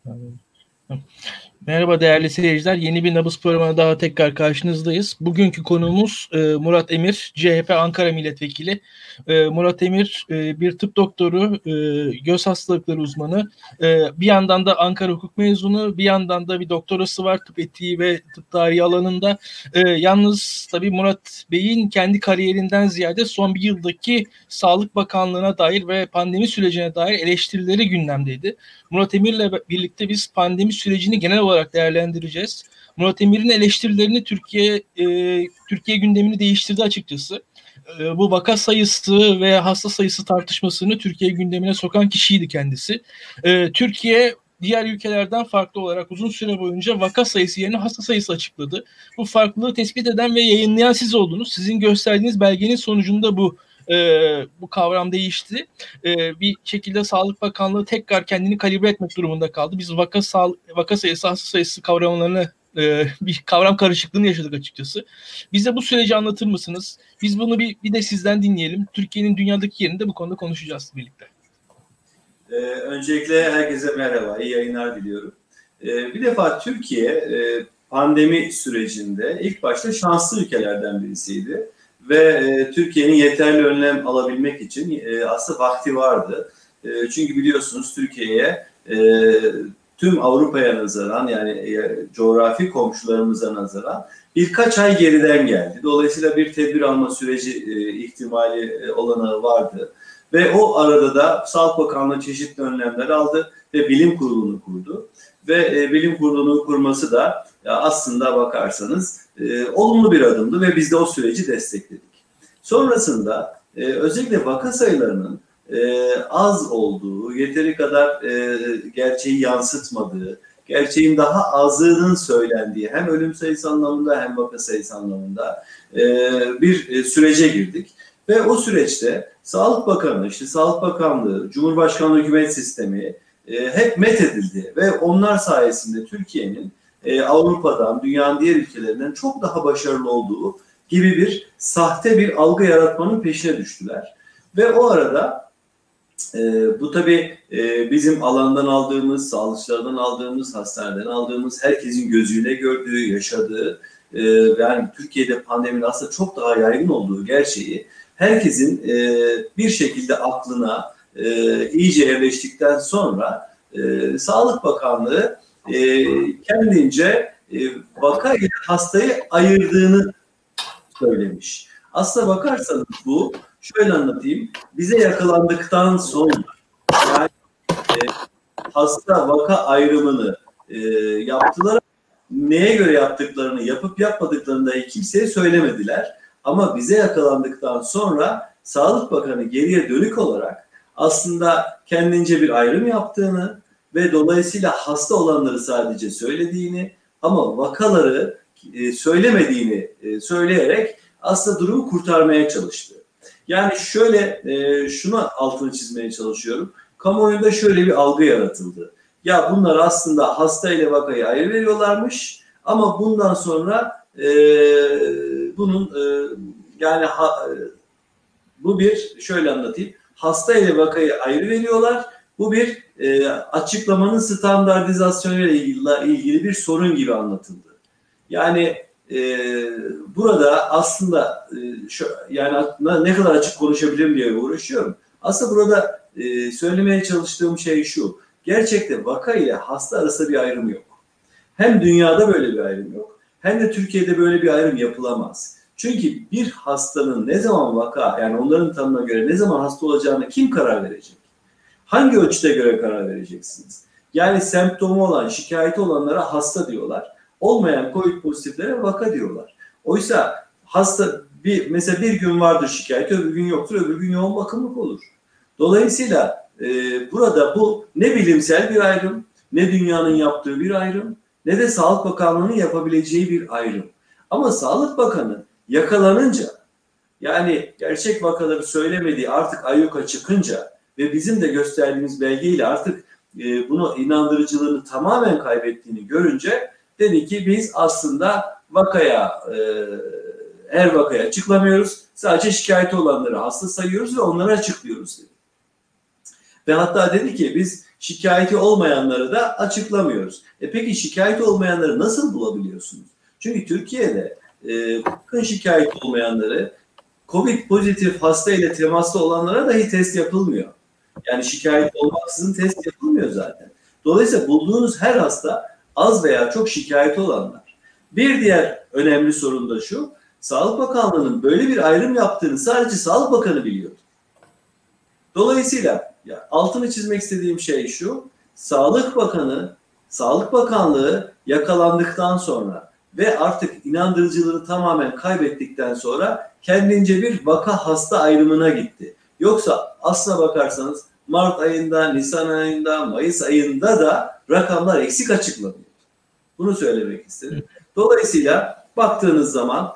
Merhaba değerli seyirciler. Yeni bir Nabız programına daha tekrar karşınızdayız. Bugünkü konuğumuz Murat Emir, CHP Ankara Milletvekili. Murat Emir bir tıp doktoru, göz hastalıkları uzmanı. Bir yandan da Ankara Hukuk mezunu, bir yandan da bir doktorası var tıp etiği ve tıp tarihi alanında. Yalnız tabii Murat Bey'in kendi kariyerinden ziyade son bir yıldaki Sağlık Bakanlığı'na dair ve pandemi sürecine dair eleştirileri gündemdeydi. Murat Emir'le birlikte biz pandemi sürecini genel olarak değerlendireceğiz. Murat Emir'in eleştirilerini Türkiye gündemini değiştirdi açıkçası. Bu vaka sayısı ve hasta sayısı tartışmasını Türkiye gündemine sokan kişiydi kendisi. Türkiye diğer ülkelerden farklı olarak uzun süre boyunca vaka sayısı yerine hasta sayısı açıkladı. Bu farklılığı tespit eden ve yayınlayan siz oldunuz. Sizin gösterdiğiniz belgenin sonucunda bu kavram değişti. Bir şekilde Sağlık Bakanlığı tekrar kendini kalibre etmek durumunda kaldı. Biz vaka sayısı, hasta sayısı kavramlarını bir kavram karışıklığını yaşadık açıkçası. Bize bu süreci anlatır mısınız? Biz bunu bir de sizden dinleyelim. Türkiye'nin dünyadaki yerini de bu konuda konuşacağız birlikte. Öncelikle herkese merhaba, iyi yayınlar diliyorum. Bir defa Türkiye pandemi sürecinde ilk başta şanslı ülkelerden birisiydi. Ve Türkiye'nin yeterli önlem alabilmek için aslında vakti vardı. Çünkü biliyorsunuz Türkiye'ye tüm Avrupa'ya nazaran yani coğrafi komşularımıza nazaran birkaç ay geriden geldi. Dolayısıyla bir tedbir alma süreci ihtimali olanağı vardı. Ve o arada da Sağlık Bakanlığı çeşitli önlemler aldı ve bilim kurulunu kurdu. Ve bilim kurulunu kurması da aslında bakarsanız olumlu bir adımdı ve biz de o süreci destekledik. Sonrasında özellikle vaka sayılarının az olduğu, yeteri kadar gerçeği yansıtmadığı, gerçeğin daha azının söylendiği hem ölüm sayısı anlamında hem vaka sayısı anlamında bir sürece girdik. Ve o süreçte Sağlık Bakanı, Sağlık Bakanlığı, Cumhurbaşkanlığı hükümet sistemi hep methedildi ve onlar sayesinde Türkiye'nin Avrupa'dan, dünyanın diğer ülkelerinden çok daha başarılı olduğu gibi bir sahte bir algı yaratmanın peşine düştüler. Ve o arada bu tabii bizim alandan aldığımız, sağlıkçılardan aldığımız, hastaneden aldığımız, herkesin gözüyle gördüğü, yaşadığı, yani Türkiye'de pandeminin aslında çok daha yaygın olduğu gerçeği herkesin bir şekilde aklına iyice yerleştikten sonra Sağlık Bakanlığı kendince vaka ile hastayı ayırdığını söylemiş. Aslına bakarsanız bu, şöyle anlatayım, bize yakalandıktan sonra yani hasta vaka ayrımını yaptılar. Neye göre yaptıklarını, yapıp yapmadıklarını da kimseye söylemediler. Ama bize yakalandıktan sonra Sağlık Bakanı geriye dönük olarak aslında kendince bir ayrım yaptığını ve dolayısıyla hasta olanları sadece söylediğini ama vakaları söylemediğini söyleyerek aslında durumu kurtarmaya çalıştı. Yani şöyle şunu altını çizmeye çalışıyorum. Kamuoyunda şöyle bir algı yaratıldı. Ya bunlar aslında hasta ile vakayı ayrı veriyorlarmış ama bundan sonra bunun yani bu bir şöyle anlatayım. Hasta ile vakayı ayrı veriyorlar. Bu bir açıklamanın standartizasyonuyla ilgili bir sorun gibi anlatıldı. Yani burada aslında yani ne kadar açık konuşabilirim diye uğraşıyorum. Aslında burada söylemeye çalıştığım şey şu. Gerçekten vaka ile hasta arasında bir ayrım yok. Hem dünyada böyle bir ayrım yok. Hem de Türkiye'de böyle bir ayrım yapılamaz. Çünkü bir hastanın ne zaman vaka, yani onların tanımına göre ne zaman hasta olacağını kim karar verecek? Hangi ölçüde göre karar vereceksiniz? Yani semptomu olan, şikayeti olanlara hasta diyorlar. Olmayan COVID pozitiflere vaka diyorlar. Oysa hasta mesela bir gün vardır şikayeti, öbür gün yoktur, öbür gün yoğun bakımlık olur. Dolayısıyla burada bu ne bilimsel bir ayrım, ne dünyanın yaptığı bir ayrım, ne de Sağlık Bakanlığı'nın yapabileceği bir ayrım. Ama Sağlık Bakanı yakalanınca, yani gerçek vakaları söylemediği artık ayyuka çıkınca ve bizim de gösterdiğimiz belgeyle artık bunu inandırıcılığını tamamen kaybettiğini görünce dedi ki biz aslında her vakaya açıklamıyoruz. Sadece şikayeti olanları hasta sayıyoruz ve onları açıklıyoruz dedi. Ve hatta dedi ki biz Şikayeti olmayanları da açıklamıyoruz. Peki şikayeti olmayanları nasıl bulabiliyorsunuz? Çünkü Türkiye'de bakın şikayeti olmayanları COVID pozitif hasta ile temaslı olanlara dahi test yapılmıyor. Yani şikayet olmaksızın test yapılmıyor zaten. Dolayısıyla bulduğunuz her hasta az veya çok şikayeti olanlar. Bir diğer önemli sorun da şu, Sağlık Bakanlığı'nın böyle bir ayrım yaptığını sadece Sağlık Bakanı biliyordu. Dolayısıyla altını çizmek istediğim şey şu, Sağlık Bakanlığı yakalandıktan sonra ve artık inandırıcılığını tamamen kaybettikten sonra kendince bir vaka hasta ayrımına gitti. Yoksa aslına bakarsanız Mart ayında, Nisan ayında, Mayıs ayında da rakamlar eksik açıklanıyor. Bunu söylemek istedim. Dolayısıyla baktığınız zaman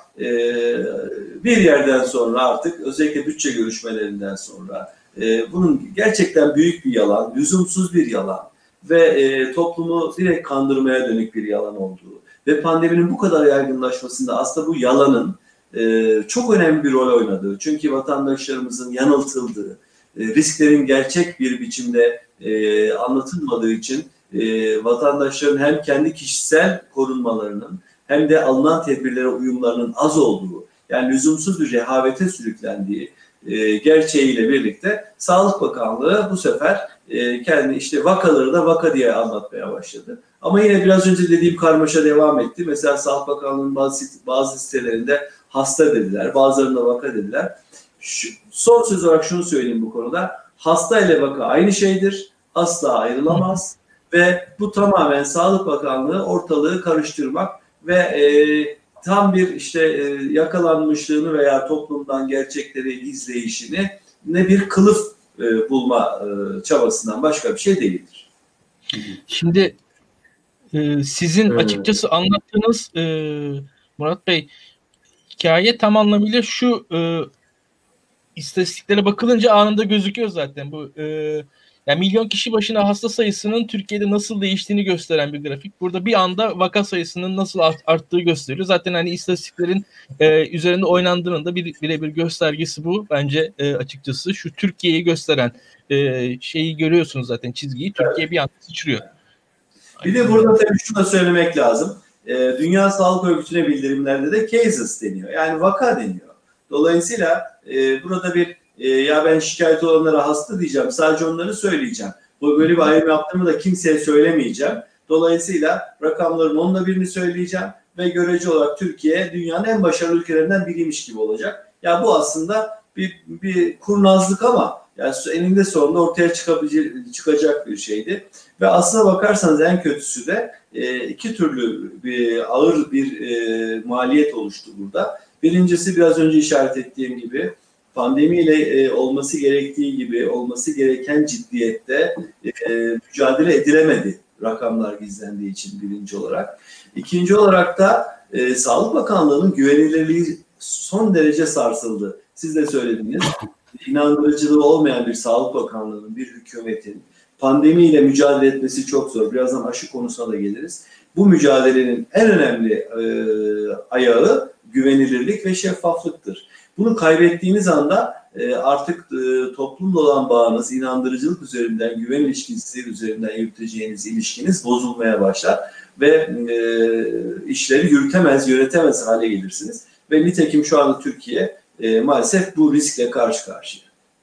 bir yerden sonra artık özellikle bütçe görüşmelerinden sonra bunun gerçekten büyük bir yalan, lüzumsuz bir yalan ve toplumu direkt kandırmaya dönük bir yalan olduğu ve pandeminin bu kadar yaygınlaşmasında aslında bu yalanın çok önemli bir rol oynadığı. Çünkü vatandaşlarımızın yanıltıldığı, risklerin gerçek bir biçimde anlatılmadığı için vatandaşların hem kendi kişisel korunmalarının hem de alınan tedbirlere uyumlarının az olduğu, yani lüzumsuz bir rehavete sürüklendiği gerçeğiyle birlikte Sağlık Bakanlığı bu sefer kendi işte vakaları da vaka diye anlatmaya başladı. Ama yine biraz önce dediğim karmaşa devam etti. Mesela Sağlık Bakanlığı'nın bazı sitelerinde hasta dediler, bazılarında vaka dediler. Son söz olarak şunu söyleyeyim bu konuda. Hasta ile vaka aynı şeydir. Asla ayrılamaz. Ve bu tamamen Sağlık Bakanlığı ortalığı karıştırmak ve tam bir işte yakalanmışlığını veya toplumdan gerçekleri gizleyişini ne bir kılıf bulma çabasından başka bir şey değildir. Şimdi sizin açıkçası anlattığınız Murat Bey hikaye tam anlamıyla şu istatistiklere bakılınca anında gözüküyor zaten bu. Yani milyon kişi başına hasta sayısının Türkiye'de nasıl değiştiğini gösteren bir grafik. Burada bir anda vaka sayısının nasıl arttığı gösteriyor. Zaten hani istatistiklerin üzerinde oynandığının da birebir göstergesi bu. Bence açıkçası şu Türkiye'yi gösteren şeyi görüyorsunuz zaten, çizgiyi. Türkiye bir anda sıçrıyor. Bir de burada tabii şunu da söylemek lazım. Dünya Sağlık Örgütü'ne bildirimlerde de cases deniyor. Yani vaka deniyor. Dolayısıyla burada bir ya ben şikayet olanlara hasta diyeceğim. Sadece onları söyleyeceğim. Böyle bir ayrım yaptığımı da kimseye söylemeyeceğim. Dolayısıyla rakamların onunla birini söyleyeceğim ve görece olarak Türkiye dünyanın en başarılı ülkelerinden biriymiş gibi olacak. Ya bu aslında bir kurnazlık ama yani eninde sonunda ortaya çıkacak bir şeydi. Ve aslına bakarsanız en kötüsü de iki türlü ağır bir maliyet oluştu burada. Birincisi biraz önce işaret ettiğim gibi pandemiyle olması gerektiği gibi olması gereken ciddiyette mücadele edilemedi rakamlar gizlendiği için birinci olarak. İkinci olarak da Sağlık Bakanlığı'nın güvenilirliği son derece sarsıldı. Siz de söylediniz. İnandırıcılığı olmayan bir Sağlık Bakanlığı'nın, bir hükümetin pandemiyle mücadele etmesi çok zor. Birazdan aşı konusuna da geliriz. Bu mücadelenin en önemli ayağı güvenilirlik ve şeffaflıktır. Bunu kaybettiğiniz anda artık toplumla olan bağınız, inandırıcılık üzerinden, güven ilişkisi üzerinden yürüteceğiniz ilişkiniz bozulmaya başlar ve işleri yönetemez hale gelirsiniz. Ve nitekim şu anda Türkiye maalesef bu riskle karşı karşıya.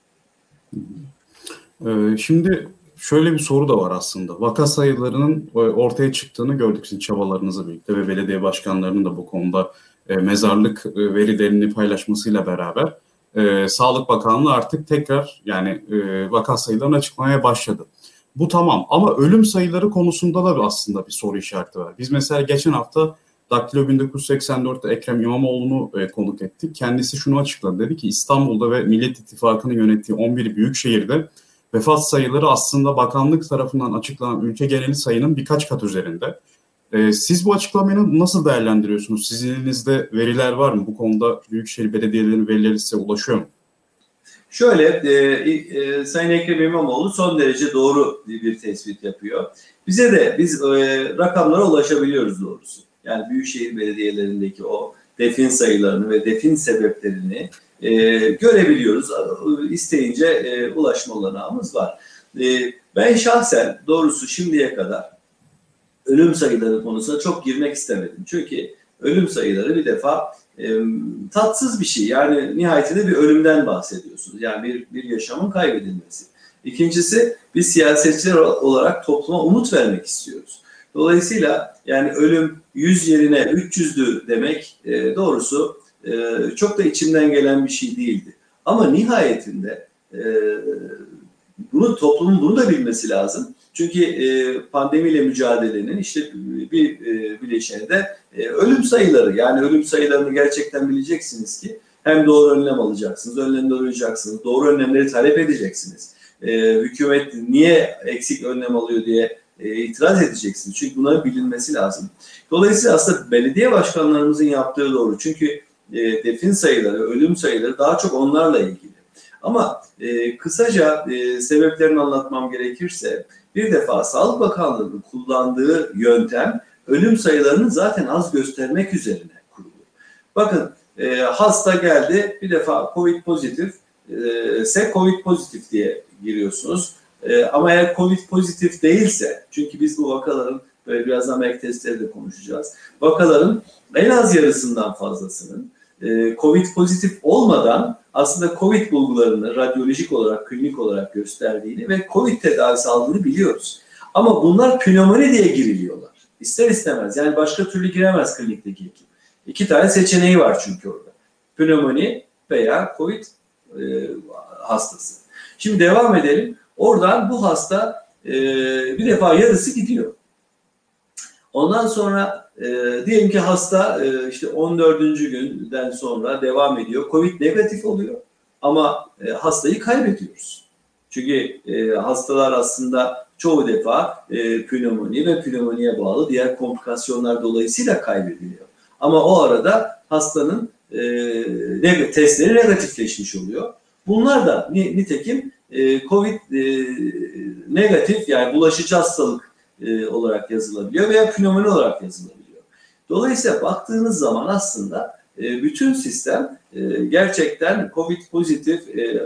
Şimdi şöyle bir soru da var aslında. Vaka sayılarının ortaya çıktığını gördük sizin çabalarınızla birlikte ve belediye başkanlarının da bu konuda mezarlık verilerini paylaşmasıyla beraber Sağlık Bakanlığı artık tekrar yani vaka sayılarını açıklamaya başladı. Bu tamam ama ölüm sayıları konusunda da aslında bir soru işareti var. Biz mesela geçen hafta Daktilo 1984'te Ekrem İmamoğlu'nu konuk ettik. Kendisi şunu açıkladı. Dedi ki İstanbul'da ve Millet İttifakı'nın yönettiği 11 büyük şehirde vefat sayıları aslında bakanlık tarafından açıklanan ülke geneli sayının birkaç kat üzerinde. Siz bu açıklamayı nasıl değerlendiriyorsunuz? Sizin elinizde veriler var mı? Bu konuda büyükşehir belediyelerinin verileri size ulaşıyor mu? Şöyle, Sayın Ekrem İmamoğlu son derece doğru bir tespit yapıyor. Biz rakamlara ulaşabiliyoruz doğrusu. Yani büyükşehir belediyelerindeki o defin sayılarını ve defin sebeplerini görebiliyoruz. İsteyince ulaşma olanağımız var. Ben şahsen doğrusu şimdiye kadar ölüm sayıları konusuna çok girmek istemedim. Çünkü ölüm sayıları bir defa tatsız bir şey. Yani nihayetinde bir ölümden bahsediyorsunuz. Yani bir yaşamın kaybedilmesi. İkincisi, biz siyasetçiler olarak topluma umut vermek istiyoruz. Dolayısıyla yani ölüm 100 yerine 300'dü demek doğrusu çok da içimden gelen bir şey değildi. Ama nihayetinde toplumun bunu da bilmesi lazım. Çünkü pandemiyle mücadelenin işte bir bileşeni de ölüm sayıları. Yani ölüm sayılarını gerçekten bileceksiniz ki hem doğru önlem alacaksınız, önlemleri alacaksınız, doğru önlemleri talep edeceksiniz. Hükümet niye eksik önlem alıyor diye itiraz edeceksiniz. Çünkü bunların bilinmesi lazım. Dolayısıyla aslında belediye başkanlarımızın yaptığı doğru. Çünkü defin sayıları, ölüm sayıları daha çok onlarla ilgili. Ama kısaca sebeplerini anlatmam gerekirse bir defa Sağlık Bakanlığı'nın kullandığı yöntem ölüm sayılarını zaten az göstermek üzerine kurulu. Bakın hasta geldi bir defa COVID pozitif ise COVID pozitif diye giriyorsunuz. Ama eğer COVID pozitif değilse, çünkü biz bu vakaların böyle birazdan belki testleri de konuşacağız. Vakaların en az yarısından fazlasının COVID pozitif olmadan aslında COVID bulgularını radyolojik olarak, klinik olarak gösterdiğini ve COVID tedavisi aldığını biliyoruz. Ama bunlar pnömoni diye giriliyorlar. İster istemez. Yani başka türlü giremez klinikteki hekim. 2 tane seçeneği var çünkü orada. Pnömoni veya COVID hastası. Şimdi devam edelim. Oradan bu hasta bir defa yarısı gidiyor. Ondan sonra diyelim ki hasta işte 14. günden sonra devam ediyor. COVID negatif oluyor ama hastayı kaybediyoruz. Çünkü hastalar aslında çoğu defa pnömoni ve pnömoniye bağlı diğer komplikasyonlar dolayısıyla kaybediliyor. Ama o arada hastanın testleri negatifleşmiş oluyor. Bunlar da nitekim COVID negatif yani bulaşıcı hastalık olarak yazılabiliyor veya pnömoni olarak yazılabiliyor. Dolayısıyla baktığınız zaman aslında bütün sistem gerçekten COVID pozitif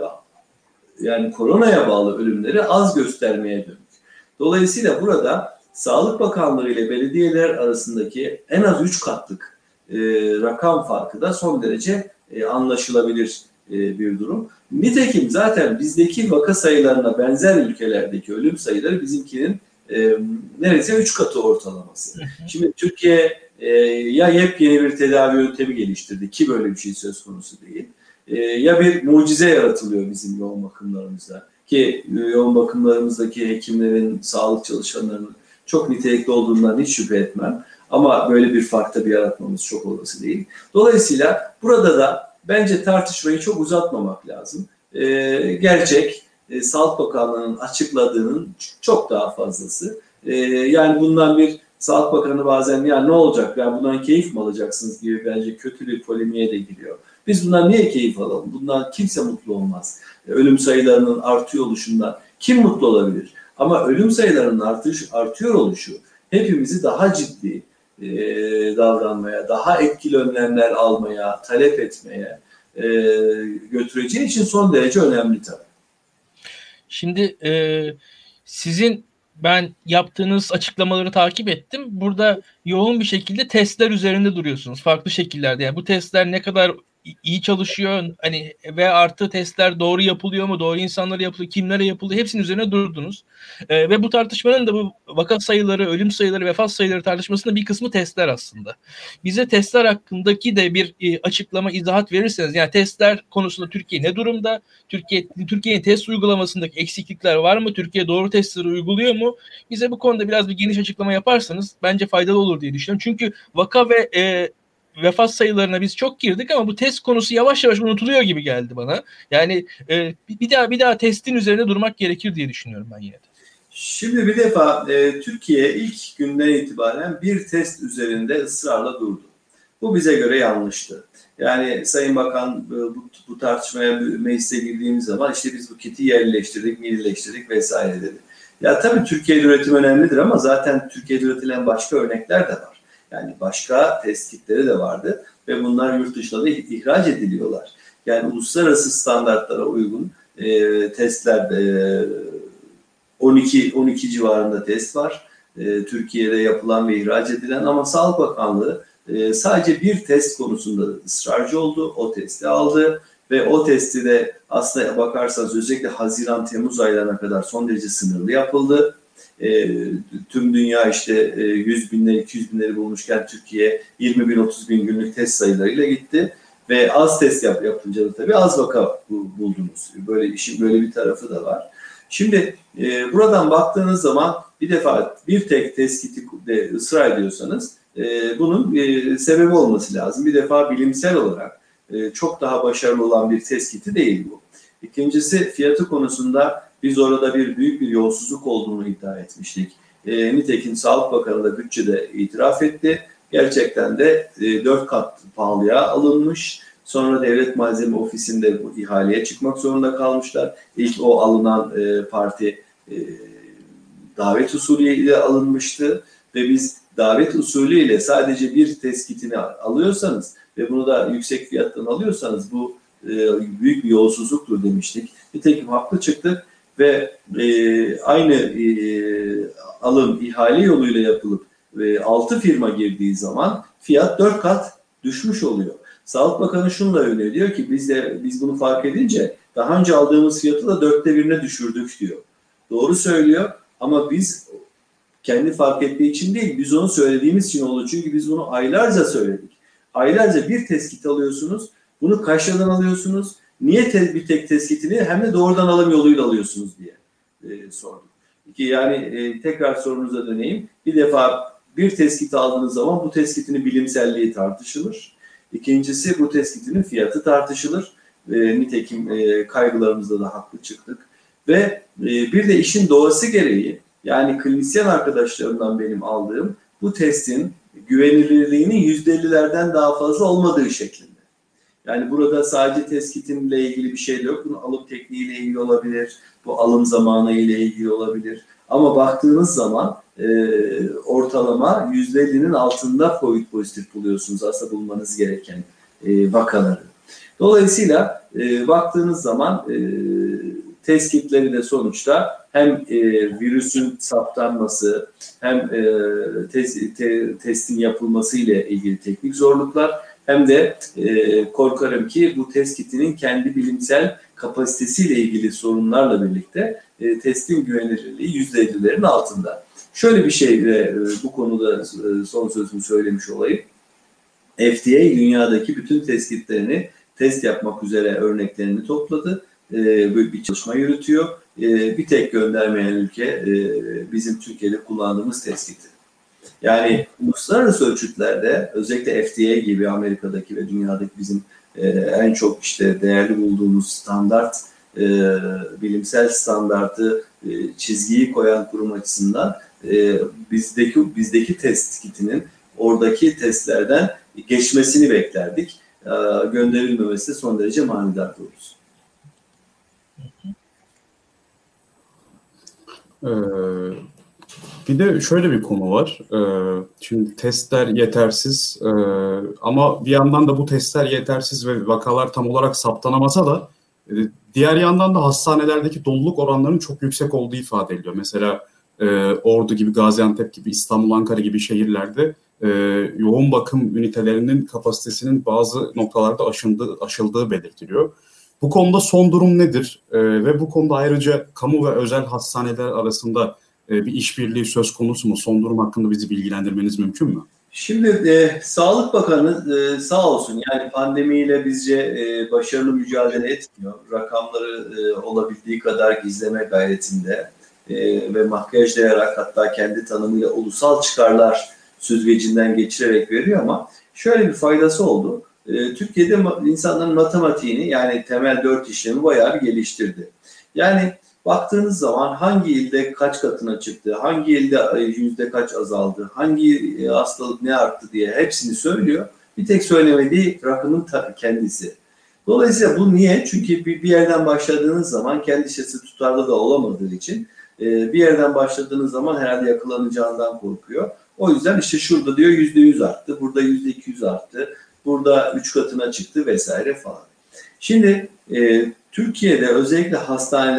yani koronaya bağlı ölümleri az göstermeye dönük. Dolayısıyla burada Sağlık Bakanlığı ile belediyeler arasındaki en az 3 katlık rakam farkı da son derece anlaşılabilir bir durum. Nitekim zaten bizdeki vaka sayılarına benzer ülkelerdeki ölüm sayıları bizimkinin neredeyse 3 katı ortalaması. Şimdi Türkiye ya yepyeni bir tedavi yöntemi geliştirdi ki böyle bir şey söz konusu değil. Ya bir mucize yaratılıyor bizim yoğun bakımlarımızda ki yoğun bakımlarımızdaki hekimlerin, sağlık çalışanlarının çok nitelikli olduğundan hiç şüphe etmem. Ama böyle bir fark tabii yaratmamız çok olası değil. Dolayısıyla burada da bence tartışmayı çok uzatmamak lazım. Gerçek Sağlık Bakanlığı'nın açıkladığının çok daha fazlası. Yani bundan bir Sağlık Bakanı bazen ya ne olacak, yani bundan keyif mi alacaksınız gibi bence kötü bir polemiğe de giriyor. Biz bundan niye keyif alalım? Bundan kimse mutlu olmaz. Ölüm sayılarının artıyor oluşundan kim mutlu olabilir? Ama ölüm sayılarının artıyor oluşu hepimizi daha ciddi davranmaya, daha etkili önlemler almaya, talep etmeye götüreceği için son derece önemli tabii. Şimdi sizin ben yaptığınız açıklamaları takip ettim. Burada yoğun bir şekilde testler üzerinde duruyorsunuz. Farklı şekillerde. Yani bu testler ne kadar iyi çalışıyor hani ve artı testler doğru yapılıyor mu? Doğru insanlara yapılıyor, kimlere yapılıyor? Hepsinin üzerine durdunuz. Ve bu tartışmanın da bu vaka sayıları, ölüm sayıları, vefat sayıları tartışmasında bir kısmı testler aslında. Bize testler hakkındaki de bir açıklama, izahat verirseniz, yani testler konusunda Türkiye ne durumda? Türkiye'nin test uygulamasındaki eksiklikler var mı? Türkiye doğru testleri uyguluyor mu? Bize bu konuda biraz bir geniş açıklama yaparsanız bence faydalı olur diye düşünüyorum. Çünkü vaka ve vefat sayılarına biz çok girdik ama bu test konusu yavaş yavaş unutuluyor gibi geldi bana. Yani bir daha testin üzerine durmak gerekir diye düşünüyorum ben yine de. Şimdi bir defa Türkiye ilk günden itibaren bir test üzerinde ısrarla durdu. Bu bize göre yanlıştı. Yani Sayın Bakan bu tartışmaya meclise girdiğimiz zaman işte biz bu kiti yerleştirdik, millileştirdik vesaire dedi. Ya tabii Türkiye'de üretim önemlidir ama zaten Türkiye'de üretilen başka örnekler de var. Yani başka test kitleri de vardı ve bunlar yurt dışına da ihraç ediliyorlar. Yani uluslararası standartlara uygun testler 12 civarında test var. Türkiye'de yapılan ve ihraç edilen, ama Sağlık Bakanlığı sadece bir test konusunda ısrarcı oldu. O testi aldı ve o testi de aslına bakarsanız özellikle Haziran-Temmuz aylarına kadar son derece sınırlı yapıldı. Tüm dünya işte 100 binleri, 200 binleri bulmuşken Türkiye 20 bin, 30 bin günlük test sayılarıyla gitti. Ve az test yapınca da tabii az vaka buldunuz. Böyle işin böyle bir tarafı da var. Şimdi buradan baktığınız zaman bir defa bir tek test kiti de ısrar ediyorsanız bunun sebebi olması lazım. Bir defa bilimsel olarak çok daha başarılı olan bir test kiti değil bu. İkincisi, fiyatı konusunda biz orada büyük bir yolsuzluk olduğunu iddia etmiştik. Nitekim Sağlık Bakanı da bütçede itiraf etti. Gerçekten de 4 kat pahalıya alınmış. Sonra Devlet Malzeme Ofisi'nde bu ihaleye çıkmak zorunda kalmışlar. İlk o alınan parti davet usulüyle alınmıştı ve biz davet usulüyle sadece bir test kitini alıyorsanız ve bunu da yüksek fiyattan alıyorsanız bu büyük bir yolsuzluktur demiştik. Nitekim haklı çıktık ve aynı alım ihale yoluyla yapılıp 6 firma girdiği zaman fiyat 4 kat düşmüş oluyor. Sağlık Bakanı şunu da öneriyor ki biz bunu fark edince daha önce aldığımız fiyatı da 1/4'üne düşürdük diyor. Doğru söylüyor ama biz kendi fark ettiği için değil, biz onu söylediğimiz için oldu. Çünkü biz bunu aylarca söyledik. Aylarca bir test alıyorsunuz, bunu kaç liradan alıyorsunuz, niye bir tek test kitini hem de doğrudan alım yoluyla alıyorsunuz diye sorduk. Yani tekrar sorunuza döneyim. Bir defa bir test kiti aldığınız zaman bu test kitinin bilimselliği tartışılır. İkincisi, bu test kitinin fiyatı tartışılır. Nitekim kaygılarımızda da haklı çıktık. Ve bir de işin doğası gereği, yani klinisyen arkadaşlarımdan benim aldığım bu testin güvenilirliğinin %50'lerden daha fazla olmadığı şeklinde. Yani burada sadece test kitinle ilgili bir şey de yok. Bunun alım tekniğiyle ilgili olabilir, bu alım zamanı ile ilgili olabilir. Ama baktığınız zaman ortalama %50'nin altında COVID pozitif buluyorsunuz aslında bulmanız gereken vakaları. Dolayısıyla baktığınız zaman test kitleri de sonuçta hem virüsün saptanması hem testin yapılması ile ilgili teknik zorluklar hem de korkarım ki bu test kitinin kendi bilimsel kapasitesiyle ilgili sorunlarla birlikte testin güvenilirliği %50'lerin altında. Şöyle bir şey bu konuda son sözümü söylemiş olayım. FDA dünyadaki bütün test kitlerini test yapmak üzere örneklerini topladı. Bir çalışma yürütüyor. Bir tek göndermeyen ülke bizim Türkiye'de kullandığımız test kiti. Yani uluslararası ölçütlerde özellikle FDA gibi Amerika'daki ve dünyadaki bizim en çok işte değerli bulduğumuz standart, bilimsel standartı çizgiyi koyan kurum açısından bizdeki test kitinin oradaki testlerden geçmesini beklerdik. Gönderilmemesi de son derece manidar doğrusu. Bir de şöyle bir konu var. Şimdi testler yetersiz ama bir yandan da bu testler yetersiz ve vakalar tam olarak saptanamasa da diğer yandan da hastanelerdeki doluluk oranlarının çok yüksek olduğu ifade ediliyor. Mesela Ordu gibi, Gaziantep gibi, İstanbul, Ankara gibi şehirlerde yoğun bakım ünitelerinin kapasitesinin bazı noktalarda aşıldığı belirtiliyor. Bu konuda son durum nedir? Ve bu konuda ayrıca kamu ve özel hastaneler arasında bir işbirliği söz konusu mu? Son durum hakkında bizi bilgilendirmeniz mümkün mü? Şimdi Sağlık Bakanı sağ olsun, yani pandemiyle bizce başarılı mücadele etmiyor. Rakamları olabildiği kadar gizleme gayretinde ve makyajlayarak, hatta kendi tanımıyla ulusal çıkarlar süzgecinden geçirerek veriyor ama şöyle bir faydası oldu. Türkiye'de insanların matematiğini, yani temel 4 işlemi bayağı bir geliştirdi. Yani baktığınız zaman hangi ilde kaç katına çıktı, hangi ilde yüzde kaç azaldı, hangi hastalık ne arttı diye hepsini söylüyor. Bir tek söylemediği rakamın kendisi. Dolayısıyla bu niye? Çünkü bir yerden başladığınız zaman kendisi tutarlı da olamadığı için bir yerden başladığınız zaman herhalde yakalanacağından korkuyor. O yüzden işte şurada diyor %100 arttı, burada %200 arttı, burada 3 katına çıktı vesaire falan. Şimdi Türkiye'de özellikle hastanelerin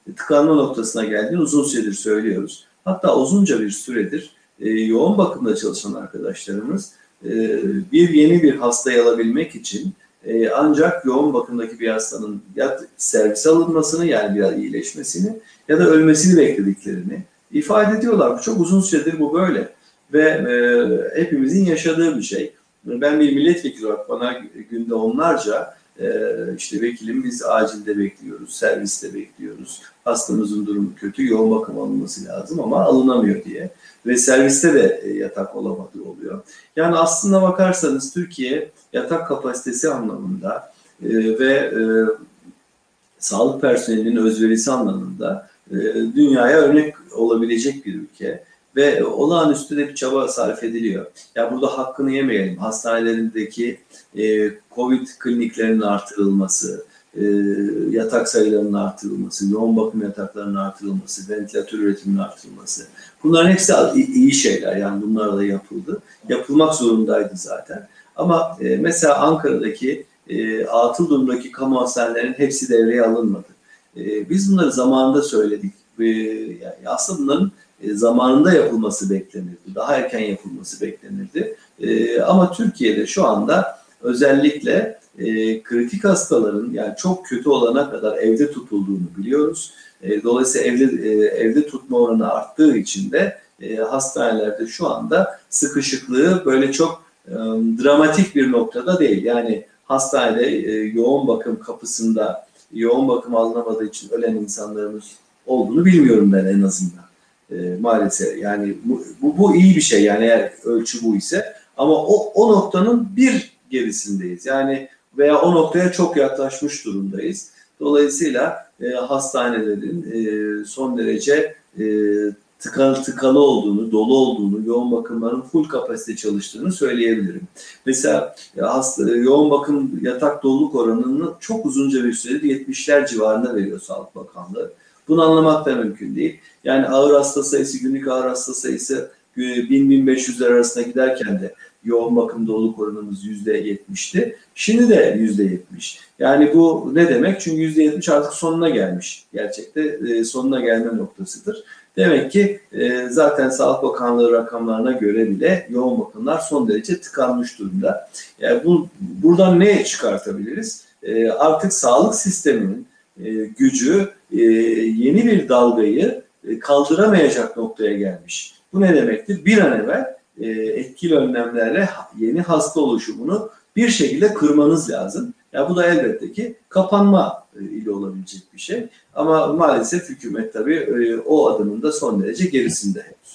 tıkanma noktasına geldiğini uzun süredir söylüyoruz. Hatta uzunca bir süredir yoğun bakımda çalışan arkadaşlarımız yeni bir hastayı alabilmek için ancak yoğun bakımdaki bir hastanın ya servise alınmasını, yani biraz iyileşmesini ya da ölmesini beklediklerini ifade ediyorlar. Çok uzun süredir bu böyle ve hepimizin yaşadığı bir şey. Ben bir milletvekili olarak bana günde onlarca işte vekilim biz acilde bekliyoruz, serviste bekliyoruz, hastamızın durumu kötü, yoğun bakım alınması lazım ama alınamıyor diye ve serviste de yatak olamadığı oluyor. Yani aslında bakarsanız Türkiye yatak kapasitesi anlamında ve sağlık personelinin özverisi anlamında dünyaya örnek olabilecek bir ülke ve olağanüstü de bir çaba sarf ediliyor. Ya burada hakkını yemeyelim. Hastanelerindeki COVID kliniklerinin artırılması, yatak sayılarının artırılması, yoğun bakım yataklarının artırılması, ventilatör üretiminin artırılması. Bunların hepsi iyi şeyler. Yani bunlar da yapıldı. Yapılmak zorundaydı zaten. Ama mesela Ankara'daki atıl durumdaki kamu hastanelerinin hepsi devreye alınmadı. Biz bunları zamanında söyledik. Yani aslında bunların zamanında yapılması beklenirdi. Daha erken yapılması beklenirdi. Ama Türkiye'de şu anda özellikle kritik hastaların, yani çok kötü olana kadar evde tutulduğunu biliyoruz. Dolayısıyla evde tutma oranı arttığı için de hastanelerde şu anda sıkışıklığı böyle çok dramatik bir noktada değil. Yani hastanede yoğun bakım kapısında yoğun bakım alınamadığı için ölen insanlarımız olduğunu bilmiyorum ben en azından. Maalesef yani bu iyi bir şey, yani eğer ölçü bu ise, ama o noktanın bir gerisindeyiz. Yani veya o noktaya çok yaklaşmış durumdayız. Dolayısıyla hastanelerin son derece tıkalı olduğunu, dolu olduğunu, yoğun bakımların full kapasite çalıştığını söyleyebilirim. Mesela yoğun bakım yatak doluluk oranını çok uzunca bir süredir 70'ler civarında veriyor Sağlık Bakanlığı. Bunu anlamak da mümkün değil. Yani ağır hasta sayısı, günlük ağır hasta sayısı 1000-1500'ler arasında giderken de yoğun bakım doluluk oranımız %70'ti. Şimdi de %70. Yani bu ne demek? Çünkü %70 artık sonuna gelmiş. Gerçekte sonuna gelme noktasıdır. Demek ki zaten Sağlık Bakanlığı rakamlarına göre bile yoğun bakımlar son derece tıkanmış durumda. Yani buradan ne çıkartabiliriz? Artık sağlık sisteminin gücü yeni bir dalgayı kaldıramayacak noktaya gelmiş. Bu ne demektir? Bir an evvel etkili önlemlerle yeni hasta oluşumunu bir şekilde kırmanız lazım. Ya bu da elbette ki kapanma ile olabilecek bir şey. Ama maalesef hükümet tabii o adımın da son derece gerisinde henüz.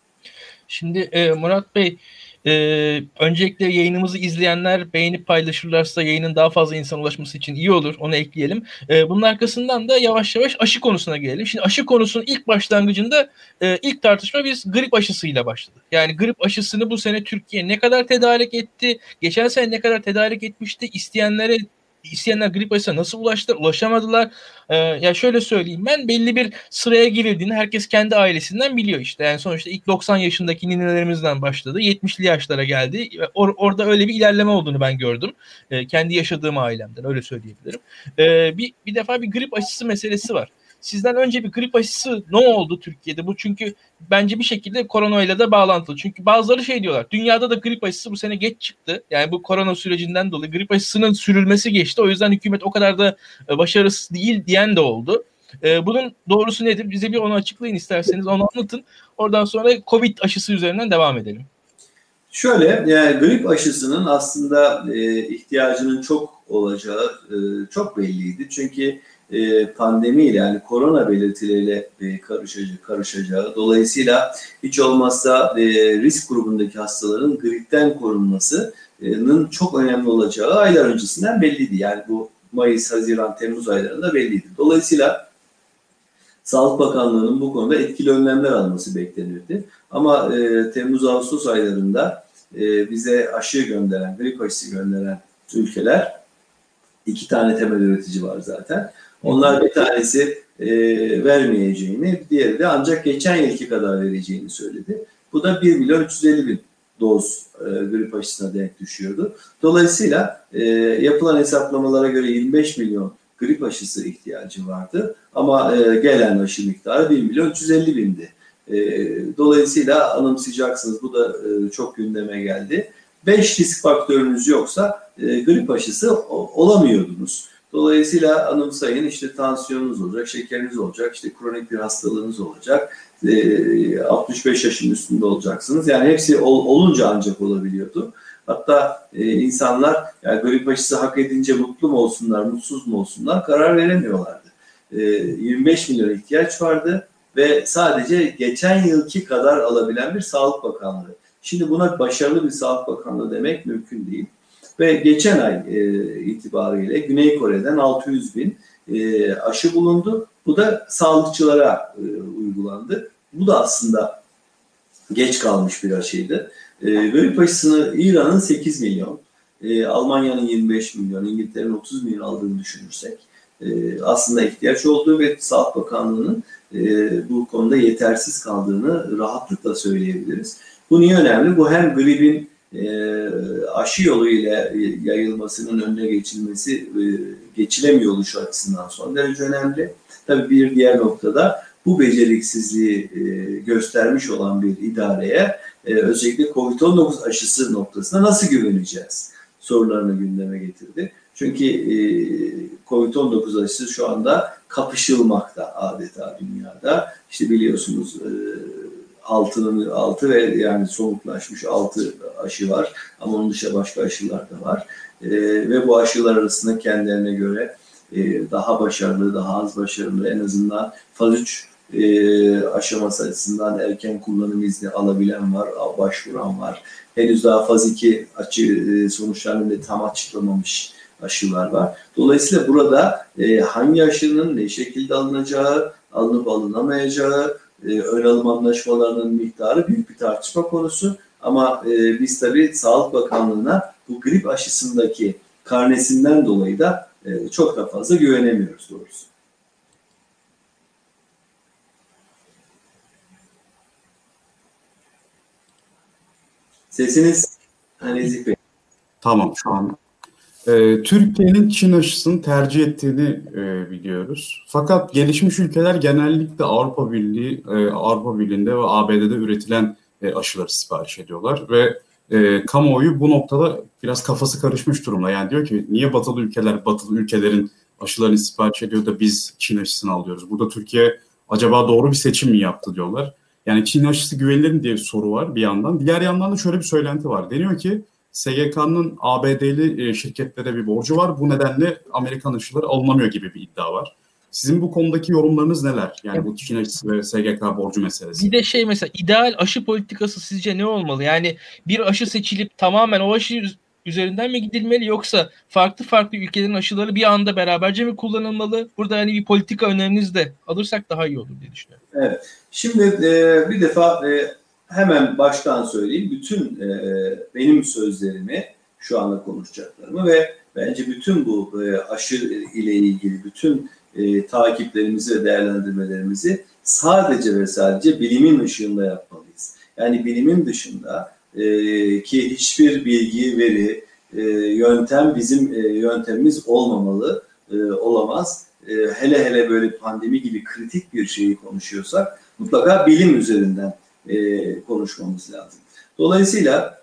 Şimdi Murat Bey, öncelikle yayınımızı izleyenler beğenip paylaşırlarsa yayının daha fazla insana ulaşması için iyi olur. Onu ekleyelim. Bunun arkasından da yavaş yavaş aşı konusuna gelelim. Şimdi aşı konusunun ilk başlangıcında ilk tartışma biz grip aşısıyla başladı. Yani grip aşısını bu sene Türkiye ne kadar tedarik etti? Geçen sene ne kadar tedarik etmişti? İsteyenler grip aşısına nasıl ulaştılar? Ulaşamadılar. Ya şöyle söyleyeyim, ben belli bir sıraya girildiğini herkes kendi ailesinden biliyor işte. Yani sonuçta ilk 90 yaşındaki ninelerimizden başladı. 70'li yaşlara geldi. Orada öyle bir ilerleme olduğunu ben gördüm. Kendi yaşadığım ailemden öyle söyleyebilirim. Bir defa bir grip aşısı meselesi var. Sizden önce bir grip aşısı ne oldu Türkiye'de? Bu çünkü bence bir şekilde koronayla da bağlantılı. Çünkü bazıları şey diyorlar. Dünyada da grip aşısı bu sene geç çıktı. Yani bu korona sürecinden dolayı grip aşısının sürülmesi geçti. O yüzden hükümet o kadar da başarısız değil diyen de oldu. Bunun doğrusu nedir? Bize bir onu açıklayın isterseniz. Onu anlatın. Oradan sonra Covid aşısı üzerinden devam edelim. Şöyle, yani grip aşısının aslında ihtiyacının çok olacağı çok belliydi. Çünkü pandemiyle, yani korona belirtileriyle karışacağı. Dolayısıyla hiç olmazsa risk grubundaki hastaların gripten korunmasının çok önemli olacağı aylar öncesinden belliydi. Yani bu Mayıs, Haziran, Temmuz aylarında belliydi. Dolayısıyla Sağlık Bakanlığı'nın bu konuda etkili önlemler alması beklenirdi. Ama Temmuz-Ağustos aylarında bize aşı gönderen, grip aşısı gönderen ülkeler, 2 tane temel üretici var zaten. Onlar bir tanesi vermeyeceğini, diğeri de ancak geçen yılki kadar vereceğini söyledi. Bu da 1.350.000 doz grip aşısına denk düşüyordu. Dolayısıyla yapılan hesaplamalara göre 25 milyon grip aşısı ihtiyacı vardı. Ama gelen aşı miktarı 1.350.000'di. Dolayısıyla anımsayacaksınız, bu da çok gündeme geldi. 5 risk faktörünüz yoksa grip aşısı olamıyordunuz. Dolayısıyla anımsayın, işte tansiyonunuz olacak, şekeriniz olacak, işte kronik bir hastalığınız olacak, 65 yaşın üstünde olacaksınız. Yani hepsi olunca ancak olabiliyordu. Hatta insanlar yani grip aşısı hak edince mutlu mu olsunlar, mutsuz mu olsunlar karar veremiyorlardı. 25 milyon ihtiyaç vardı ve sadece geçen yılki kadar alabilen bir Sağlık Bakanlığı. Şimdi buna başarılı bir Sağlık Bakanlığı demek mümkün değil. Ve geçen ay itibariyle Güney Kore'den 600.000 aşı bulundu. Bu da sağlıkçılara uygulandı. Bu da aslında geç kalmış bir aşıydı. Grip aşısını İran'ın 8 milyon, Almanya'nın 25 milyon, İngiltere'nin 30 milyon aldığını düşünürsek aslında ihtiyaç olduğu ve Sağlık Bakanlığı'nın bu konuda yetersiz kaldığını rahatlıkla söyleyebiliriz. Bu niye önemli? Bu hem gripin aşı yoluyla yayılmasının önüne geçilmesi, geçilemiyor oluşu açısından son derece önemli. Tabii bir diğer noktada bu beceriksizliği göstermiş olan bir idareye özellikle COVID-19 aşısı noktasına nasıl güveneceğiz sorularını gündeme getirdi. Çünkü COVID-19 aşısı şu anda kapışılmakta adeta dünyada. İşte biliyorsunuz 6 ve yani somutlaşmış 6 aşı var ama onun dışında başka aşılar da var. Ve bu aşılar arasında kendilerine göre daha başarılı, daha az başarılı, en azından faz 3 aşaması açısından erken kullanım izni alabilen var, başvuran var. Henüz daha faz 2 sonuçlarını da tam açıklamamış aşılar var. Dolayısıyla burada hangi aşının ne şekilde alınacağı, alınıp alınamayacağı, ön alım anlaşmalarının miktarı büyük bir tartışma konusu. Ama biz tabii Sağlık Bakanlığı'na bu grip aşısındaki karnesinden dolayı da çok da fazla güvenemiyoruz doğrusu. Sesiniz Nezih Bey. Tamam, şu an. Türkiye'nin Çin aşısını tercih ettiğini biliyoruz. Fakat gelişmiş ülkeler genellikle Avrupa Birliği'nde ve ABD'de üretilen aşıları sipariş ediyorlar ve kamuoyu bu noktada biraz kafası karışmış durumda. Yani diyor ki niye batılı ülkelerin aşılarını sipariş ediyor da biz Çin aşısını alıyoruz? Burada Türkiye acaba doğru bir seçim mi yaptı diyorlar. Yani Çin aşısı güvenilir mi diye bir soru var bir yandan. Diğer yandan da şöyle bir söylenti var. Deniyor ki SGK'nın ABD'li şirketlere bir borcu var. Bu nedenle Amerikan aşıları alınamıyor gibi bir iddia var. Sizin bu konudaki yorumlarınız neler? Yani bu Çin aşısı ve SGK borcu meselesi. Bir de mesela ideal aşı politikası sizce ne olmalı? Yani bir aşı seçilip tamamen o aşı üzerinden mi gidilmeli yoksa farklı ülkelerin aşıları bir anda beraberce mi kullanılmalı? Burada hani bir politika öneriniz de alırsak daha iyi olur diye düşünüyorum. Evet. Şimdi bir defa hemen baştan söyleyeyim. Bütün benim sözlerimi, şu anda konuşacaklarımı ve bence bütün bu aşı ile ilgili bütün takiplerimizi ve değerlendirmelerimizi sadece ve sadece bilimin ışığında yapmalıyız. Yani bilimin dışında ki hiçbir bilgi, veri, yöntem bizim yöntemimiz olmamalı, olamaz. Hele böyle pandemi gibi kritik bir şeyi konuşuyorsak mutlaka bilim üzerinden konuşmamız lazım. Dolayısıyla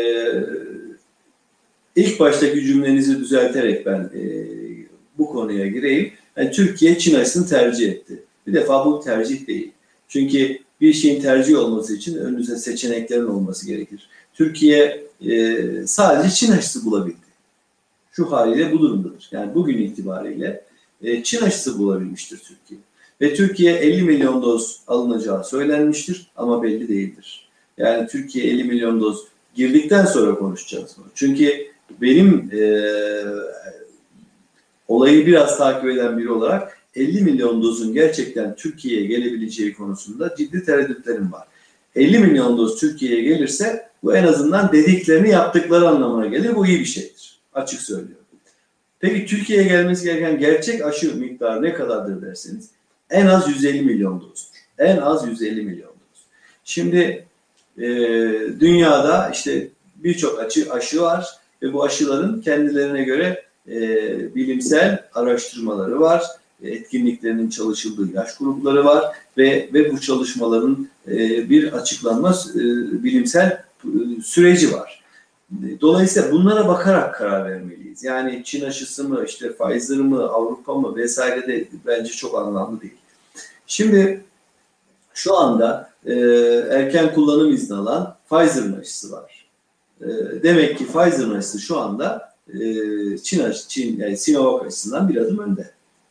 ilk baştaki cümlenizi düzelterek ben bu konuya gireyim. Yani Türkiye Çin aşısını tercih etti. Bir defa bu tercih değil. Çünkü bir şeyin tercih olması için önünüzde seçeneklerin olması gerekir. Türkiye sadece Çin aşısı bulabildi. Şu haliyle bu durumdadır. Yani bugün itibariyle Çin aşısı bulabilmiştir Türkiye. Ve Türkiye 50 milyon doz alınacağı söylenmiştir ama belli değildir. Yani Türkiye 50 milyon doz girdikten sonra konuşacağız bunu. Çünkü benim olayı biraz takip eden biri olarak 50 milyon dozun gerçekten Türkiye'ye gelebileceği konusunda ciddi tereddütlerim var. 50 milyon doz Türkiye'ye gelirse bu en azından dediklerini yaptıkları anlamına gelir. Bu iyi bir şeydir. Açık söylüyorum. Peki Türkiye'ye gelmesi gereken gerçek aşı miktarı ne kadardır derseniz en az 150 milyon dozdur. En az 150 milyon doz. Şimdi dünyada işte birçok aşı var ve bu aşıların kendilerine göre bilimsel araştırmaları var. Etkinliklerinin çalışıldığı yaş grupları var ve bu çalışmaların bir açıklanma bilimsel süreci var. Dolayısıyla bunlara bakarak karar vermeliyiz. Yani Çin aşısı mı, işte Pfizer mı, Avrupa mı vesaire de bence çok anlamlı değil. Şimdi şu anda erken kullanım izni alan Pfizer'ın aşısı var. Demek ki Pfizer'ın aşısı şu anda Çin yani Sinovac aşısından bir adım önde.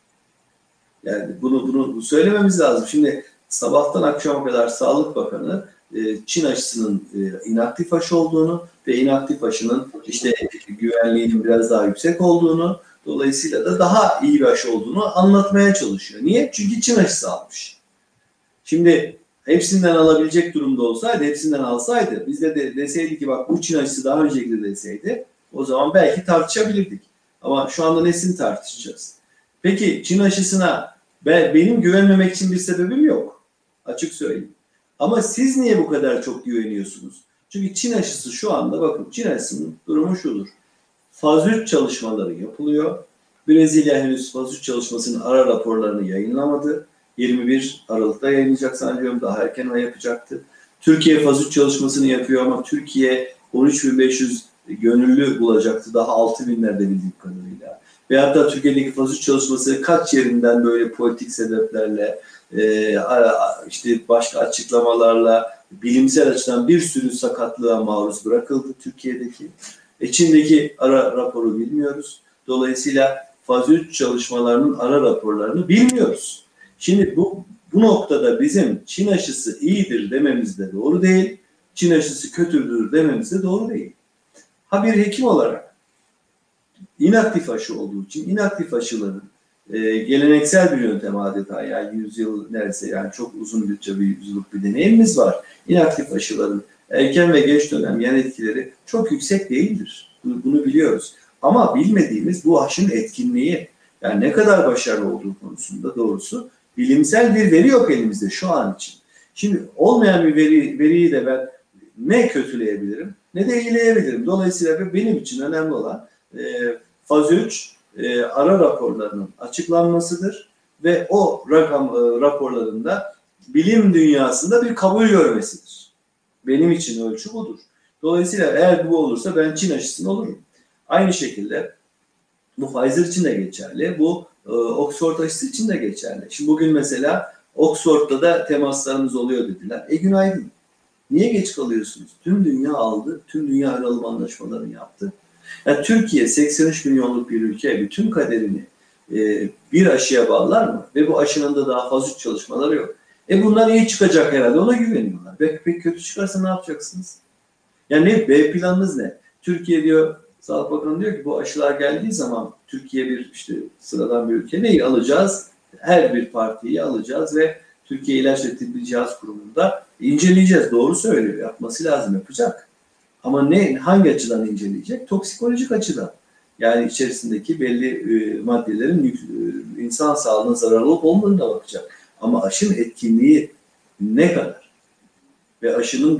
Yani bunu söylememiz lazım. Şimdi sabahtan akşama kadar Sağlık Bakanı Çin aşısının inaktif aşı olduğunu ve inaktif aşının işte güvenliğinin biraz daha yüksek olduğunu, dolayısıyla da daha iyi bir aşı olduğunu anlatmaya çalışıyor. Niye? Çünkü Çin aşısı almış. Şimdi hepsinden alabilecek durumda olsaydı, hepsinden alsaydı, biz de deseydik ki bak bu Çin aşısı daha öncelikli deseydi, o zaman belki tartışabilirdik. Ama şu anda nesini tartışacağız? Peki Çin aşısına benim güvenmemek için bir sebebim yok. Açık söyleyeyim. Ama siz niye bu kadar çok güveniyorsunuz? Çünkü Çin aşısı şu anda, bakın Çin aşısının durumu şudur. Faz 3 çalışmaları yapılıyor. Brezilya henüz faz 3 çalışmasının ara raporlarını yayınlamadı. 21 Aralık'ta yayınlayacak sanıyorum. Daha erken yapacaktı. Türkiye faz 3 çalışmasını yapıyor ama Türkiye 13.500 gönüllü bulacaktı. Daha 6.000'lerde bildiğim kadarıyla. Ve hatta Türkiye'deki faz 3 çalışması kaç yerinden böyle politik sebeplerle işte başka açıklamalarla bilimsel açıdan bir sürü sakatlığa maruz bırakıldı Türkiye'deki. Çin'deki ara raporu bilmiyoruz. Dolayısıyla faz 3 çalışmalarının ara raporlarını bilmiyoruz. Şimdi bu noktada bizim Çin aşısı iyidir dememiz de doğru değil. Çin aşısı kötüdür dememiz de doğru değil. Ha bir hekim olarak inaktif aşı olduğu için inaktif aşıların geleneksel bir yöntem adeta, yani 100 yıl neredeyse, yani çok uzun bir yüzyıllık bir deneyimimiz var. İnaktif aşıların erken ve geç dönem yan etkileri çok yüksek değildir. Bunu biliyoruz. Ama bilmediğimiz bu aşının etkinliği, yani ne kadar başarılı olduğu konusunda doğrusu bilimsel bir veri yok elimizde şu an için. Şimdi olmayan bir veriyi de ben ne kötüleyebilirim ne de iyileyebilirim. Dolayısıyla benim için önemli olan faz 3 ara raporlarının açıklanmasıdır ve o raporlarında bilim dünyasında bir kabul görmesidir. Benim için ölçü budur. Dolayısıyla eğer bu olursa ben Çin aşısını olurum. Aynı şekilde bu Pfizer için de geçerli, bu Oxford aşısı için de geçerli. Şimdi bugün mesela Oxford'da da temaslarımız oluyor dediler. Günaydın. Niye geç kalıyorsunuz? Tüm dünya aldı, tüm dünya ön alım anlaşmalarını yaptı. Yani Türkiye 83 milyonluk bir ülke, bütün kaderini bir aşıya bağlar mı? Ve bu aşının da daha faz 3 çalışmaları yok. Bunlar iyi çıkacak herhalde, ona güveniyorlar. Peki kötü çıkarsa ne yapacaksınız? Yani B planınız ne? Türkiye diyor, Sağlık Bakanı diyor ki bu aşılar geldiği zaman Türkiye bir işte sıradan bir ülke değil, alacağız. Her bir partiyi alacağız ve Türkiye İlaç ve Tıbbi Cihaz Kurumu'nda inceleyeceğiz. Doğru söylüyor, yapması lazım, yapacak. Ama hangi açıdan inceleyecek? Toksikolojik açıdan. Yani içerisindeki belli maddelerin insan sağlığına zararlı olup olmadığına bakacak. Ama aşının etkinliği ne kadar? Ve aşının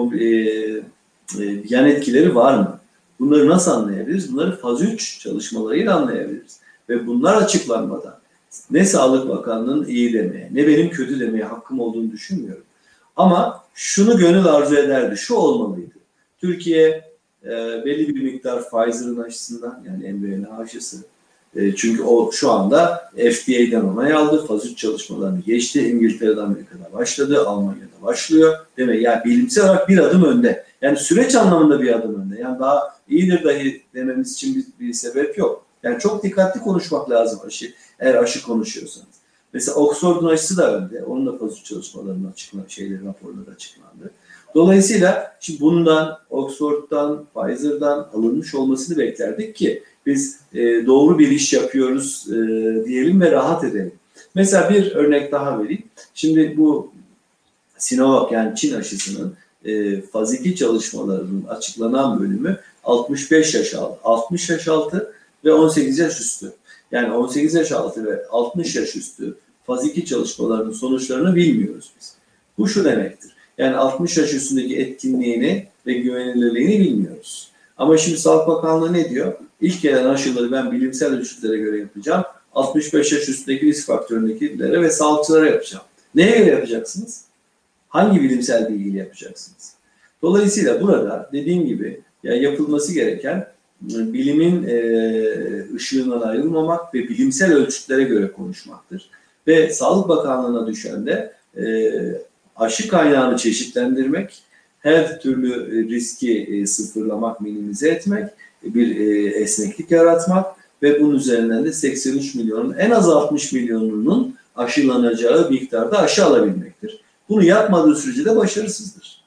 yan etkileri var mı? Bunları nasıl anlayabiliriz? Bunları faz 3 çalışmalarıyla anlayabiliriz. Ve bunlar açıklanmadan ne Sağlık Bakanlığı'nın iyi demeye, ne benim kötü demeye hakkım olduğunu düşünmüyorum. Ama şunu gönül arzu ederdi, şu olmalıydı. Türkiye belli bir miktar Pfizer'ın aşısından, yani mRNA aşısı. Çünkü o şu anda FDA'den onay aldı. Faz 3 çalışmalarını geçti. İngiltere'de, Amerika'da başladı. Almanya'da başlıyor. Demek yani bilimsel olarak bir adım önde. Yani süreç anlamında bir adım önde. Yani daha iyidir dahi dememiz için bir sebep yok. Yani çok dikkatli konuşmak lazım eğer aşı konuşuyorsanız. Mesela Oxford'un aşısı da önde. Onun da faz 3 çalışmalarının raporları açıklandı. Dolayısıyla şimdi bundan, Oxford'dan, Pfizer'dan alınmış olmasını beklerdik ki biz doğru bir iş yapıyoruz diyelim ve rahat edelim. Mesela bir örnek daha vereyim. Şimdi bu Sinovac, yani Çin aşısının faz 2 çalışmalarının açıklanan bölümü 65 yaş altı, 60 yaş altı ve 18 yaş üstü. Yani 18 yaş altı ve 60 yaş üstü faz 2 çalışmalarının sonuçlarını bilmiyoruz biz. Bu şu demektir. Yani 60 yaş üstündeki etkinliğini ve güvenilirliğini bilmiyoruz. Ama şimdi Sağlık Bakanlığı ne diyor? İlk gelen aşıları ben bilimsel ölçütlere göre yapacağım. 65 yaş üstündeki risk faktöründekilere ve sağlıkçılara yapacağım. Neye göre yapacaksınız? Hangi bilimsel bilgiyle yapacaksınız? Dolayısıyla burada dediğim gibi yapılması gereken bilimin ışığından ayrılmamak ve bilimsel ölçütlere göre konuşmaktır. Ve Sağlık Bakanlığı'na düşen de aşı kaynağını çeşitlendirmek, her türlü riski sıfırlamak, minimize etmek, bir esneklik yaratmak ve bunun üzerinden de 83 milyonun en az 60 milyonunun aşılanacağı miktarda aşı alabilmektir. Bunu yapmadığı sürece de başarısızdır.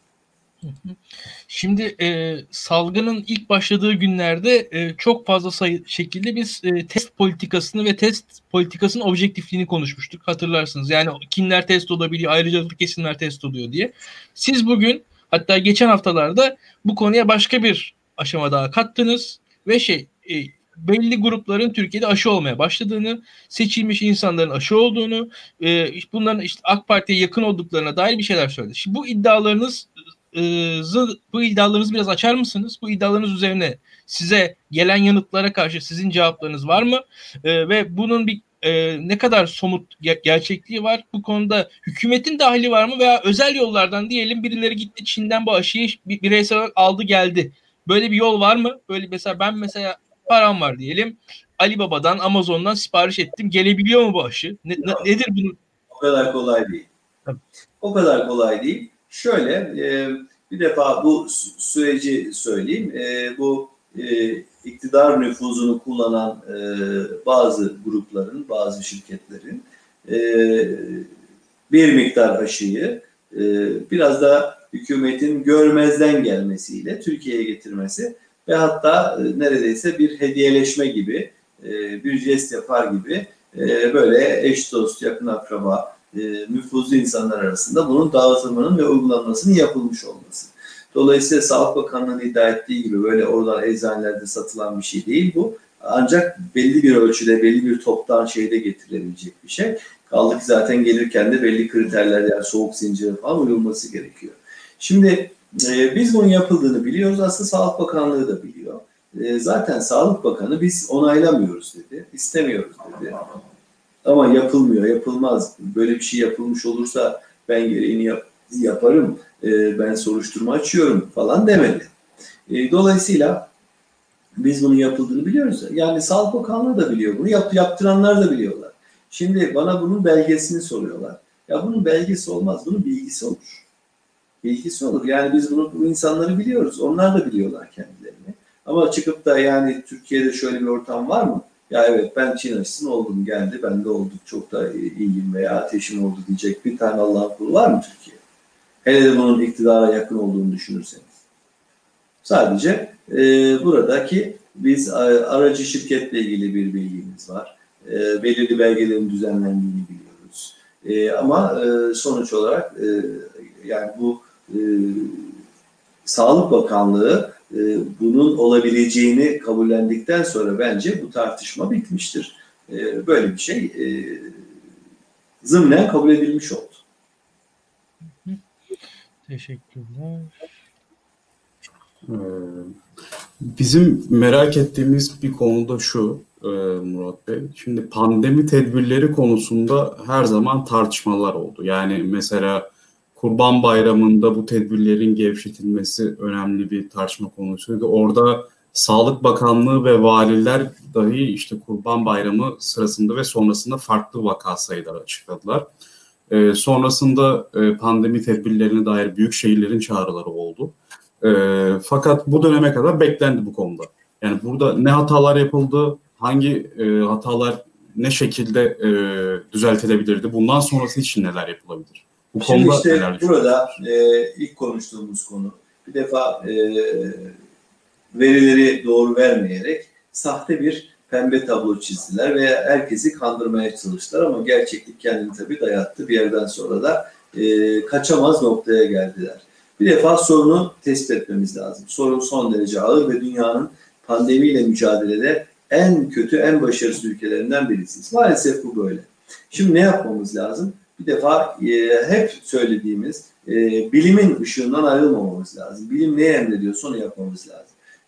Şimdi salgının ilk başladığı günlerde çok fazla şekilde biz test politikasını ve test politikasının objektifliğini konuşmuştuk. Hatırlarsınız. Yani kimler test olabiliyor, ayrıcalıklı kesimler test oluyor diye. Siz bugün, hatta geçen haftalarda bu konuya başka bir aşama daha kattınız ve belli grupların Türkiye'de aşı olmaya başladığını, seçilmiş insanların aşı olduğunu, bunların işte AK Parti'ye yakın olduklarına dair bir şeyler söyledi. Şimdi bu iddialarınızı biraz açar mısınız? Bu iddialarınız üzerine size gelen yanıtlara karşı sizin cevaplarınız var mı? Ve bunun bir ne kadar somut gerçekliği var? Bu konuda hükümetin dahili var mı? Veya özel yollardan diyelim birileri gitti Çin'den bu aşıyı bireysel olarak aldı geldi. Böyle bir yol var mı? Böyle mesela ben param var diyelim. Alibaba'dan, Amazon'dan sipariş ettim. Gelebiliyor mu bu aşı? Nedir bunun? O kadar kolay değil. Tabii. O kadar kolay değil. Şöyle, bir defa bu süreci söyleyeyim. Bu iktidar nüfuzunu kullanan bazı grupların, bazı şirketlerin bir miktar aşıyı biraz da hükümetin görmezden gelmesiyle Türkiye'ye getirmesi ve hatta neredeyse bir hediyeleşme gibi, bir jest yapar gibi böyle eş dost, yakın akraba, nüfuzlu insanlar arasında bunun dağıtımının ve uygulanmasının yapılmış olması. Dolayısıyla Sağlık Bakanlığı'nın iddia ettiği gibi böyle oradan eczanelerde satılan bir şey değil bu. Ancak belli bir ölçüde, belli bir toptan şeyde getirilebilecek bir şey. Kaldı ki zaten gelirken de belli kriterler, yani soğuk zinciri falan uyulması gerekiyor. Şimdi biz bunun yapıldığını biliyoruz. Aslında Sağlık Bakanlığı da biliyor. Zaten Sağlık Bakanı biz onaylamıyoruz dedi, istemiyoruz dedi. Ama yapılmıyor, yapılmaz. Böyle bir şey yapılmış olursa ben gereğini yaparım, ben soruşturma açıyorum falan demedi. Dolayısıyla biz bunun yapıldığını biliyoruz. Yani Sağlık Bakanlığı da biliyor bunu, yaptıranlar da biliyorlar. Şimdi bana bunun belgesini soruyorlar. Ya bunun belgesi olmaz, bunun bilgisi olur. Bilgisi olur. Yani biz bu insanları biliyoruz, onlar da biliyorlar kendilerini. Ama çıkıp da yani Türkiye'de şöyle bir ortam var mı? Ya evet ben Çin aşısını oldum, geldi, bende olduk, çok da iyiyim veya ateşim oldu diyecek bir tane Allah'ın kulu var mı Türkiye'de? Hele de bunun iktidara yakın olduğunu düşünürseniz. Sadece buradaki biz aracı şirketle ilgili bir bilgimiz var. Belirli belgelerin düzenlendiğini biliyoruz. Ama sonuç olarak yani bu Sağlık Bakanlığı bunun olabileceğini kabullendikten sonra bence bu tartışma bitmiştir. Böyle bir şey zımnen kabul edilmiş oldu. Teşekkürler. Bizim merak ettiğimiz bir konu da şu Murat Bey. Şimdi pandemi tedbirleri konusunda her zaman tartışmalar oldu. Yani mesela Kurban Bayramı'nda bu tedbirlerin gevşetilmesi önemli bir tartışma konusuydu. Orada Sağlık Bakanlığı ve valiler dahi işte Kurban Bayramı sırasında ve sonrasında farklı vaka sayıları açıkladılar. Sonrasında pandemi tedbirlerine dair büyük şehirlerin çağrıları oldu. Fakat bu döneme kadar beklendi bu konuda. Yani burada ne hatalar yapıldı, hangi hatalar ne şekilde düzeltilebilirdi, bundan sonrası için neler yapılabilir? Bu Şimdi konuda işte neler burada ilk konuştuğumuz konu bir defa verileri doğru vermeyerek sahte bir pembe tablo çizdiler ve herkesi kandırmaya çalıştılar ama gerçeklik kendini tabii dayattı. Bir yerden sonra da kaçamaz noktaya geldiler. Bir defa sorunu tespit etmemiz lazım. Sorun son derece ağır ve dünyanın pandemiyle mücadelede en kötü, en başarısız ülkelerinden birisiyiz. Maalesef bu böyle. Şimdi ne yapmamız lazım? Bir defa hep söylediğimiz bilimin ışığından ayrılmamamız lazım. Bilim neye emrediyorsa onu yapmamız lazım.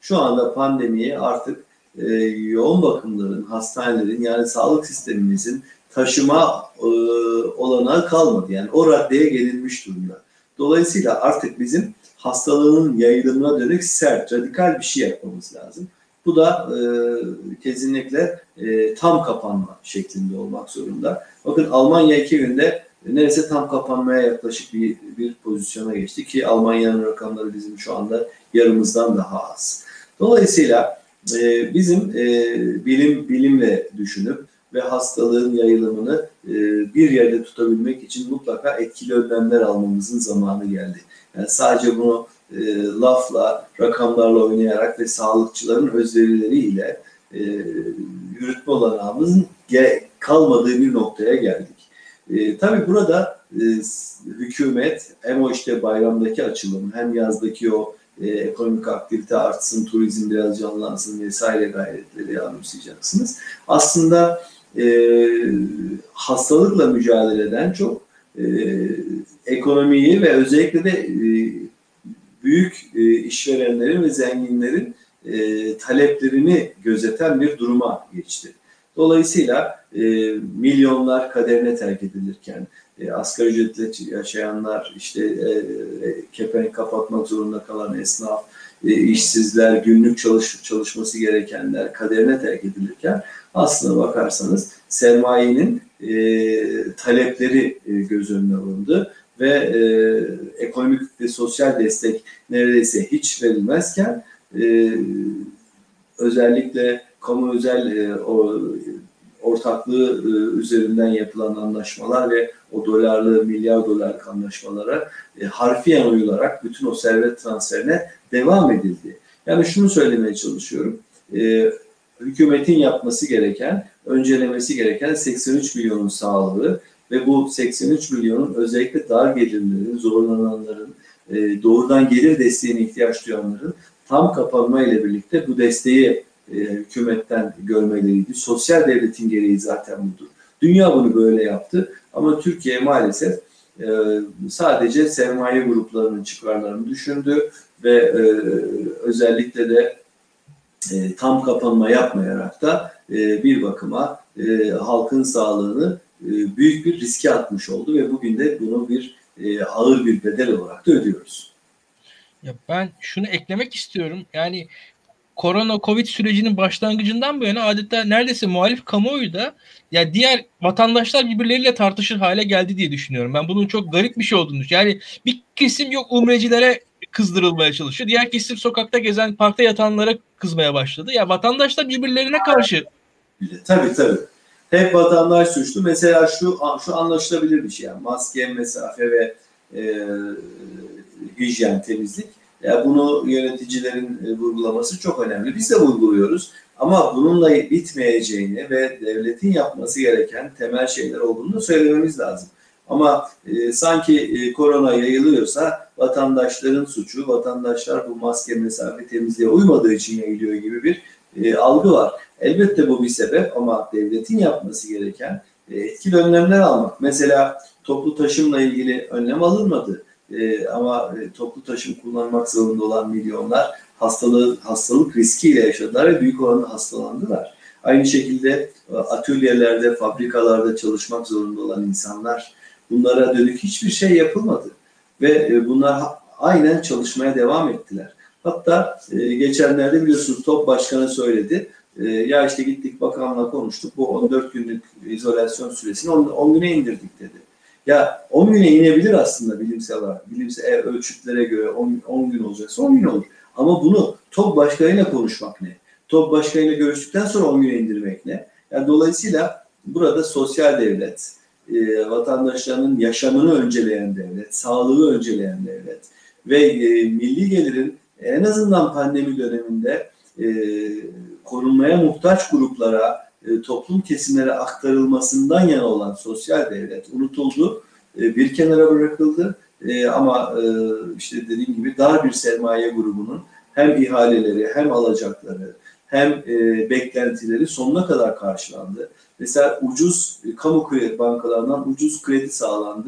Şu anda pandemiyi artık yoğun bakımların, hastanelerin yani sağlık sistemimizin taşıma olanağı kalmadı. Yani o raddeye gelinmiş durumda. Dolayısıyla artık bizim hastalığın yayılımına dönük sert, radikal bir şey yapmamız lazım. Bu da kesinlikle tam kapanma şeklinde olmak zorunda. Bakın Almanya 2 günde neredeyse tam kapanmaya yaklaşık bir pozisyona geçti ki Almanya'nın rakamları bizim şu anda yarımızdan daha az. Dolayısıyla bizim bilimle düşünüp ve hastalığın yayılımını bir yerde tutabilmek için mutlaka etkili önlemler almamızın zamanı geldi. Yani sadece bunu lafla, rakamlarla oynayarak ve sağlıkçıların özverileriyle yürütme olanağımızın kalmadığı bir noktaya geldik. Tabii burada hükümet hem o işte bayramdaki açılım hem yazdaki o ekonomik aktivite artsın, turizm biraz canlansın vesaire gayretleri anımsayacaksınız. Aslında hastalıkla mücadeleden çok ekonomiyi ve özellikle de büyük işverenlerin ve zenginlerin taleplerini gözeten bir duruma geçti. Dolayısıyla milyonlar kaderine terk edilirken, asgari ücretle yaşayanlar, işte kepenk kapatmak zorunda kalan esnaf, işsizler, günlük çalışması gerekenler kaderine terk edilirken aslına bakarsanız sermayenin talepleri göz önüne alındı ve ekonomik ve sosyal destek neredeyse hiç verilmezken özellikle kamu özel ortaklığı üzerinden yapılan anlaşmalar ve o dolarlı, milyar dolarlık anlaşmalara harfiyen uyularak bütün o servet transferine devam edildi. Yani şunu söylemeye çalışıyorum. Hükümetin yapması gereken, öncelemesi gereken 83 milyonun sağlığı ve bu 83 milyonun özellikle dar gelirlerin, zorlananların, doğrudan gelir desteğine ihtiyaç duyanların tam kapanma ile birlikte bu desteği hükümetten görmeleriydi. Sosyal devletin gereği zaten budur. Dünya bunu böyle yaptı ama Türkiye maalesef sadece sermaye gruplarının çıkarlarını düşündü ve özellikle de tam kapanma yapmayarak da bir bakıma halkın sağlığını büyük bir riske atmış oldu ve bugün de bunu ağır bir bedel olarak da ödüyoruz. Ya ben şunu eklemek istiyorum. Yani Covid sürecinin başlangıcından bu yana adeta neredeyse muhalif kamuoyu da ya diğer vatandaşlar birbirleriyle tartışır hale geldi diye düşünüyorum. Ben bunun çok garip bir şey olduğunu düşünüyorum. Yani bir kesim yok umrecilere kızdırılmaya çalışıyor. Diğer kesim sokakta gezen, parkta yatanlara kızmaya başladı. Ya vatandaşlar birbirlerine karşı. Tabii. Hep vatandaş suçlu. Mesela şu anlaşılabilir bir şey. Yani maske, mesafe ve hijyen, temizlik. Ya bunu yöneticilerin vurgulaması çok önemli. Biz de vurguluyoruz. Ama bununla bitmeyeceğini ve devletin yapması gereken temel şeyler olduğunu söylememiz lazım. Ama sanki korona yayılıyorsa vatandaşların suçu, vatandaşlar bu maske, mesafe, temizliğe uymadığı için yayılıyor gibi bir algı var. Elbette bu bir sebep ama devletin yapması gereken etkili önlemler almak. Mesela toplu taşımla ilgili önlem alınmadı. Ama toplu taşım kullanmak zorunda olan milyonlar hastalık riskiyle yaşadılar ve büyük oranda hastalandılar. Aynı şekilde atölyelerde, fabrikalarda çalışmak zorunda olan insanlar, bunlara dönük hiçbir şey yapılmadı. Ve bunlar aynen çalışmaya devam ettiler. Hatta geçenlerde biliyorsunuz TOP Başkanı söyledi. Ya işte gittik bakanla konuştuk. Bu 14 günlük izolasyon süresini 10 güne indirdik dedi. Ya 10 güne inebilir aslında bilimsel ölçütlere göre 10 gün olacaksa 10 gün olur. Ama bunu TOP Başkanı'yla konuşmak ne? TOP Başkanı'yla görüştükten sonra 10 güne indirmek ne? Yani dolayısıyla burada sosyal devlet, vatandaşlarının yaşamını önceleyen devlet, sağlığı önceleyen devlet ve milli gelirin en azından pandemi döneminde korunmaya muhtaç gruplara, toplum kesimlere aktarılmasından yana olan sosyal devlet unutuldu, bir kenara bırakıldı. Ama işte dediğim gibi dar bir sermaye grubunun hem ihaleleri hem alacakları hem beklentileri sonuna kadar karşılandı. Mesela ucuz kamu kredi bankalarından ucuz kredi sağlandı.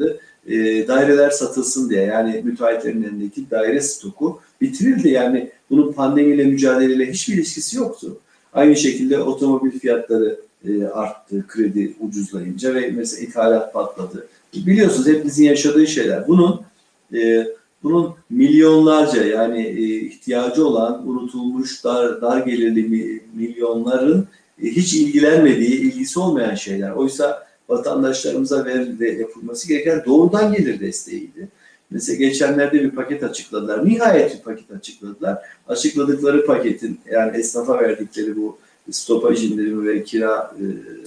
daireler satılsın diye, yani müteahhitlerin elindeki daire stoku bitirildi. Yani bunun pandemiyle mücadeleyle hiçbir ilişkisi yoktu. Aynı şekilde otomobil fiyatları arttı, kredi ucuzlayınca ve mesela ithalat patladı. Biliyorsunuz hepimizin yaşadığı şeyler. Bunun milyonlarca, yani ihtiyacı olan unutulmuş dar gelirli milyonların hiç ilgilenmediği, ilgisi olmayan şeyler. Oysa vatandaşlarımıza yapılması gereken doğrudan gelir desteğiydi. Mesela geçenlerde bir paket açıkladılar. Nihayet bir paket açıkladılar. Açıkladıkları paketin, yani esnafa verdikleri bu stopaj indirimi ve kira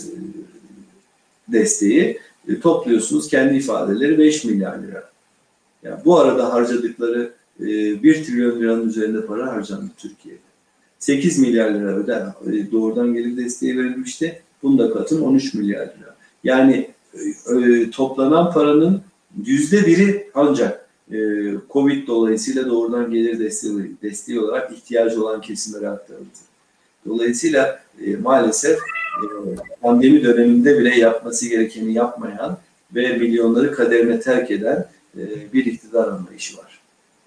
desteği topluyorsunuz, kendi ifadeleri 5 milyar lira. Yani bu arada harcadıkları 1 trilyon liranın üzerinde para harcandı Türkiye'de. 8 milyar lira doğrudan gelir desteği verilmişti. Bunda katın 13 milyar lira. Yani toplanan paranın %1'i ancak Covid dolayısıyla doğrudan gelir desteği olarak ihtiyacı olan kesimlere aktarıldı. Dolayısıyla maalesef pandemi döneminde bile yapması gerekeni yapmayan ve milyonları kaderine terk eden bir iktidar anlayışı var.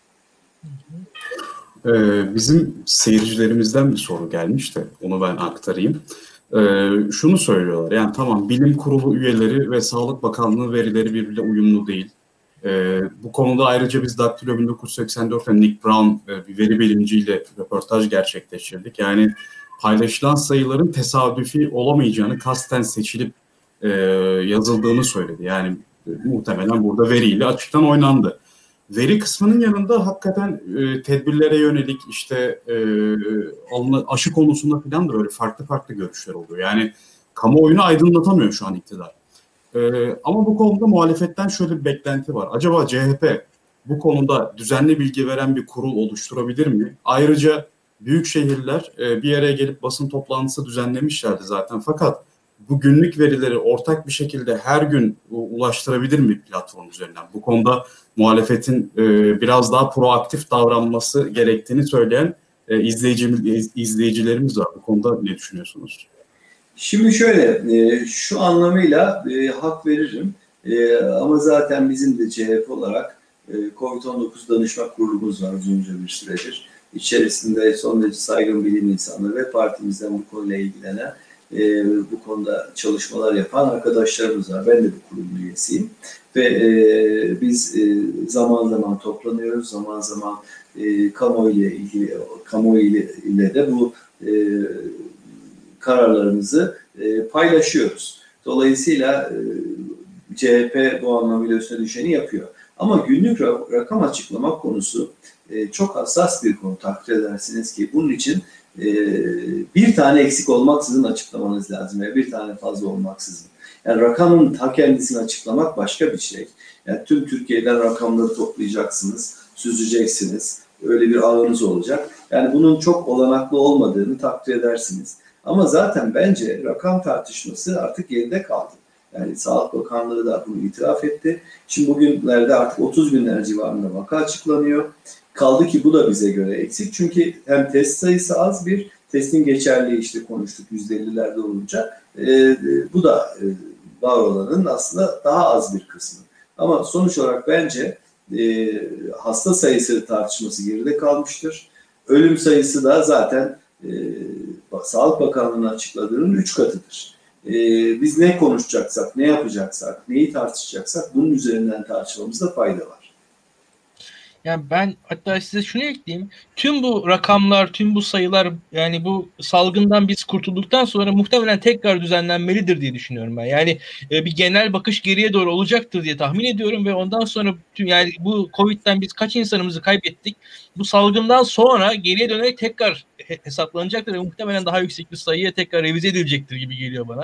Bizim seyircilerimizden bir soru gelmiş de onu ben aktarayım. Şunu söylüyorlar, yani tamam, bilim kurulu üyeleri ve Sağlık Bakanlığı verileri birbiriyle uyumlu değil. Bu konuda ayrıca biz Daktilo 1984'te Nick Brown bir veri bilimciyle röportaj gerçekleştirdik. Yani paylaşılan sayıların tesadüfi olamayacağını, kasten seçilip yazıldığını söyledi. Yani muhtemelen burada veriyle açıktan oynandı. Veri kısmının yanında hakikaten tedbirlere yönelik işte aşı konusunda falan da böyle farklı görüşler oluyor. Yani kamuoyunu aydınlatamıyor şu an iktidar. Ama bu konuda muhalefetten şöyle bir beklenti var. Acaba CHP bu konuda düzenli bilgi veren bir kurul oluşturabilir mi? Ayrıca büyük şehirler bir araya gelip basın toplantısı düzenlemişlerdi zaten. Fakat bu günlük verileri ortak bir şekilde her gün ulaştırabilir mi platform üzerinden? Bu konuda muhalefetin biraz daha proaktif davranması gerektiğini söyleyen izleyicilerimiz var. Bu konuda ne düşünüyorsunuz? Şimdi şöyle, şu anlamıyla hak veririm. Ama zaten bizim de CHP olarak COVID-19 danışma kurulumuz var uzunca bir süredir. İçerisinde son derece saygın bilim insanları ve partimizden bu konuyla ilgilenen, bu konuda çalışmalar yapan arkadaşlarımız var. Ben de bu kurumun üyesiyim. Ve biz zaman zaman toplanıyoruz, zaman zaman kamuoyu ile de bu kararlarımızı paylaşıyoruz. Dolayısıyla CHP bu anlamıyla üstüne düşeni yapıyor. Ama günlük rakam açıklamak konusu çok hassas bir konu, takdir edersiniz ki. Bunun için bir tane eksik olmaksızın açıklamanız lazım veya bir tane fazla olmaksızın. Yani rakamın ta kendisini açıklamak başka bir şey. Yani tüm Türkiye'den rakamları toplayacaksınız, süzeceksiniz. Öyle bir ağınız olacak. Yani bunun çok olanaklı olmadığını takdir edersiniz. Ama zaten bence rakam tartışması artık geride kaldı. Yani Sağlık Bakanlığı da bunu itiraf etti. Şimdi bugünlerde artık 30 binler civarında vaka açıklanıyor. Kaldı ki bu da bize göre eksik. Çünkü hem test sayısı az, bir testin geçerliği işte konuştuk %50'lerde olunca. Bu da var olanın aslında daha az bir kısmı. Ama sonuç olarak bence hasta sayısı tartışması geride kalmıştır. Ölüm sayısı da zaten Sağlık Bakanlığı'nın açıkladığının 3 katıdır. Biz ne konuşacaksak, ne yapacaksak, neyi tartışacaksak bunun üzerinden tartışmamızda fayda var. Yani ben hatta size şunu ekleyeyim. Tüm bu rakamlar, tüm bu sayılar, yani bu salgından biz kurtulduktan sonra muhtemelen tekrar düzenlenmelidir diye düşünüyorum ben. Yani bir genel bakış geriye doğru olacaktır diye tahmin ediyorum ve ondan sonra yani bu Covid'den biz kaç insanımızı kaybettik? Bu salgından sonra geriye dönerek tekrar hesaplanacaktır ve muhtemelen daha yüksek bir sayıya tekrar revize edilecektir gibi geliyor bana.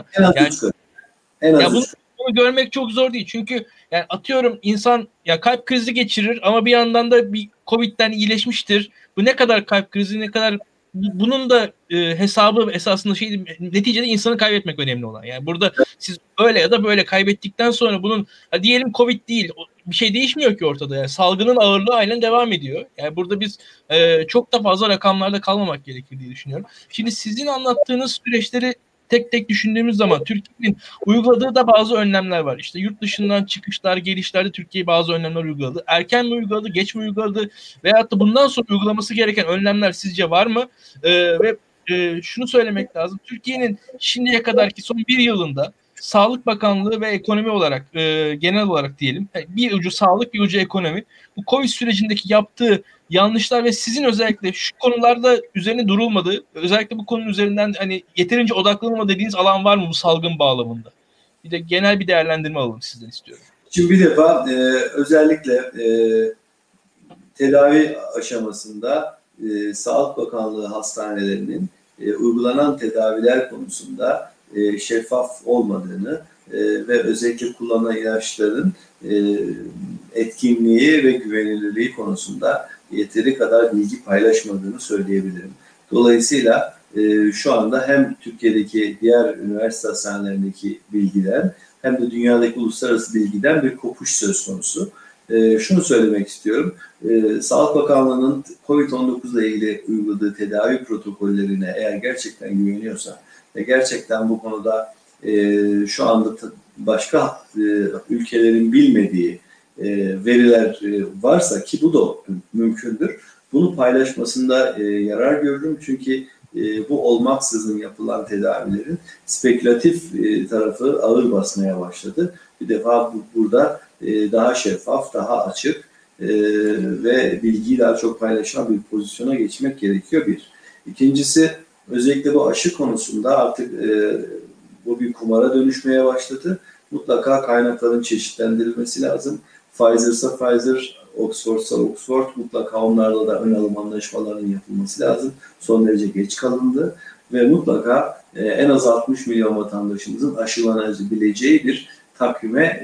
En az bunu görmek çok zor değil. Çünkü yani atıyorum insan ya kalp krizi geçirir ama bir yandan da bir Covid'den iyileşmiştir. Bu ne kadar kalp krizi, ne kadar bunun da hesabı esasında neticede insanı kaybetmek önemli olan. Yani burada siz öyle ya da böyle kaybettikten sonra bunun diyelim Covid değil, bir şey değişmiyor ki ortada. Yani salgının ağırlığı aynen devam ediyor. Yani burada biz çok da fazla rakamlarda kalmamak gerekir diye düşünüyorum. Şimdi sizin anlattığınız süreçleri tek tek düşündüğümüz zaman Türkiye'nin uyguladığı da bazı önlemler var. İşte yurt dışından çıkışlar, gelişlerde Türkiye bazı önlemler uyguladı. Erken mi uyguladı, geç mi uyguladı veyahut da bundan sonra uygulaması gereken önlemler sizce var mı? Ve şunu söylemek lazım. Türkiye'nin şimdiye kadarki son bir yılında Sağlık Bakanlığı ve ekonomi olarak genel olarak diyelim bir ucu sağlık bir ucu ekonomi bu Covid sürecindeki yaptığı yanlışlar ve sizin özellikle şu konularda üzerine durulmadığı özellikle bu konunun üzerinden hani yeterince odaklanma dediğiniz alan var mı bu salgın bağlamında? Bir de genel bir değerlendirme alalım sizden istiyorum. Şimdi bir defa özellikle tedavi aşamasında Sağlık Bakanlığı hastanelerinin uygulanan tedaviler konusunda şeffaf olmadığını ve özellikle kullanılan ilaçların etkinliği ve güvenilirliği konusunda yeteri kadar bilgi paylaşmadığını söyleyebilirim. Dolayısıyla şu anda hem Türkiye'deki diğer üniversite hastanelerindeki bilgiden hem de dünyadaki uluslararası bilgiden bir kopuş söz konusu. Şunu söylemek istiyorum. Sağlık Bakanlığı'nın COVID-19 ile ilgili uyguladığı tedavi protokollerine eğer gerçekten güveniyorsa ve gerçekten bu konuda şu anda başka ülkelerin bilmediği veriler varsa ki bu da mümkündür. Bunu paylaşmasında yarar görürüm. Çünkü bu olmaksızın yapılan tedavilerin spekülatif tarafı ağır basmaya başladı. Bir defa burada daha şeffaf, daha açık ve bilgiyi daha çok paylaşan bir pozisyona geçmek gerekiyor bir. İkincisi özellikle bu aşı konusunda artık bu bir kumara dönüşmeye başladı. Mutlaka kaynakların çeşitlendirilmesi lazım. Pfizer'sa Pfizer, Oxford'sa Oxford mutlaka onlarla da ön alım anlaşmalarının yapılması lazım. Son derece geç kalındı ve mutlaka en az 60 milyon vatandaşımızın aşılanabileceği bir takvime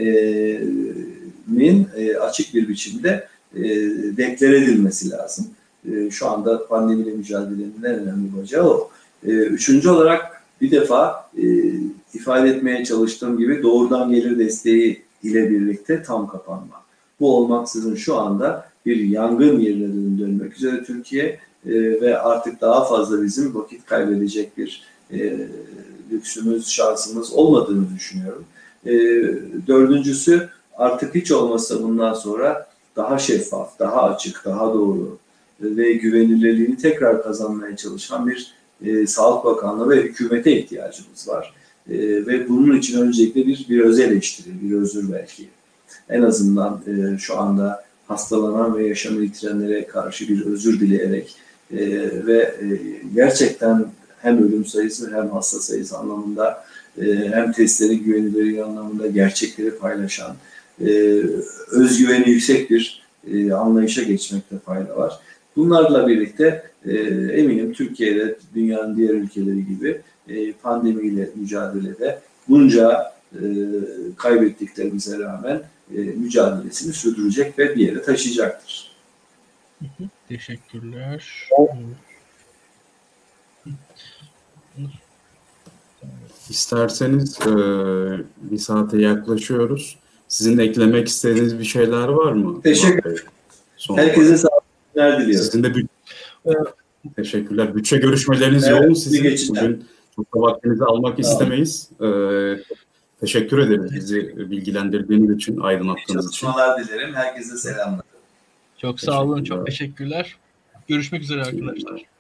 açık bir biçimde deklare edilmesi lazım. Şu anda pandemiyle mücadelenin en önemli bacağı o. Üçüncü olarak bir defa ifade etmeye çalıştığım gibi doğrudan gelir desteği ile birlikte tam kapanma. Bu olmaksızın şu anda bir yangın yerine dönmek üzere Türkiye ve artık daha fazla bizim vakit kaybedecek bir lüksümüz, şansımız olmadığını düşünüyorum. Dördüncüsü artık hiç olmazsa bundan sonra daha şeffaf, daha açık, daha doğru ve güvenilirliğini tekrar kazanmaya çalışan bir Sağlık Bakanlığı ve hükümete ihtiyacımız var. Ve bunun için öncelikle bir öz eleştiri, bir özür belki. En azından şu anda hastalanan ve yaşamı yitirenlere karşı bir özür dileyerek ve gerçekten hem ölüm sayısı hem hasta sayısı anlamında hem testlerin güvenilirliği anlamında gerçekleri paylaşan, özgüveni yüksek bir anlayışa geçmekte fayda var. Bunlarla birlikte eminim Türkiye'de dünyanın diğer ülkeleri gibi pandemiyle mücadelede bunca kaybettiklerimize rağmen mücadelesini sürdürecek ve bir yere taşıyacaktır. Teşekkürler. İsterseniz bir saate yaklaşıyoruz. Sizin eklemek istediğiniz bir şeyler var mı? Teşekkür ederim. Herkese sağlıklar diliyorum. Sizin de teşekkürler. Bütçe görüşmeleriniz yoğun sizin. Bugün çok da vaktinizi almak istemeyiz. Teşekkür ederim bizi bilgilendirdiğiniz için, aydınlattığınız için. Çalışmalar dilerim. Herkese selamlar. Çok sağ olun. Çok teşekkürler. Görüşmek üzere arkadaşlar.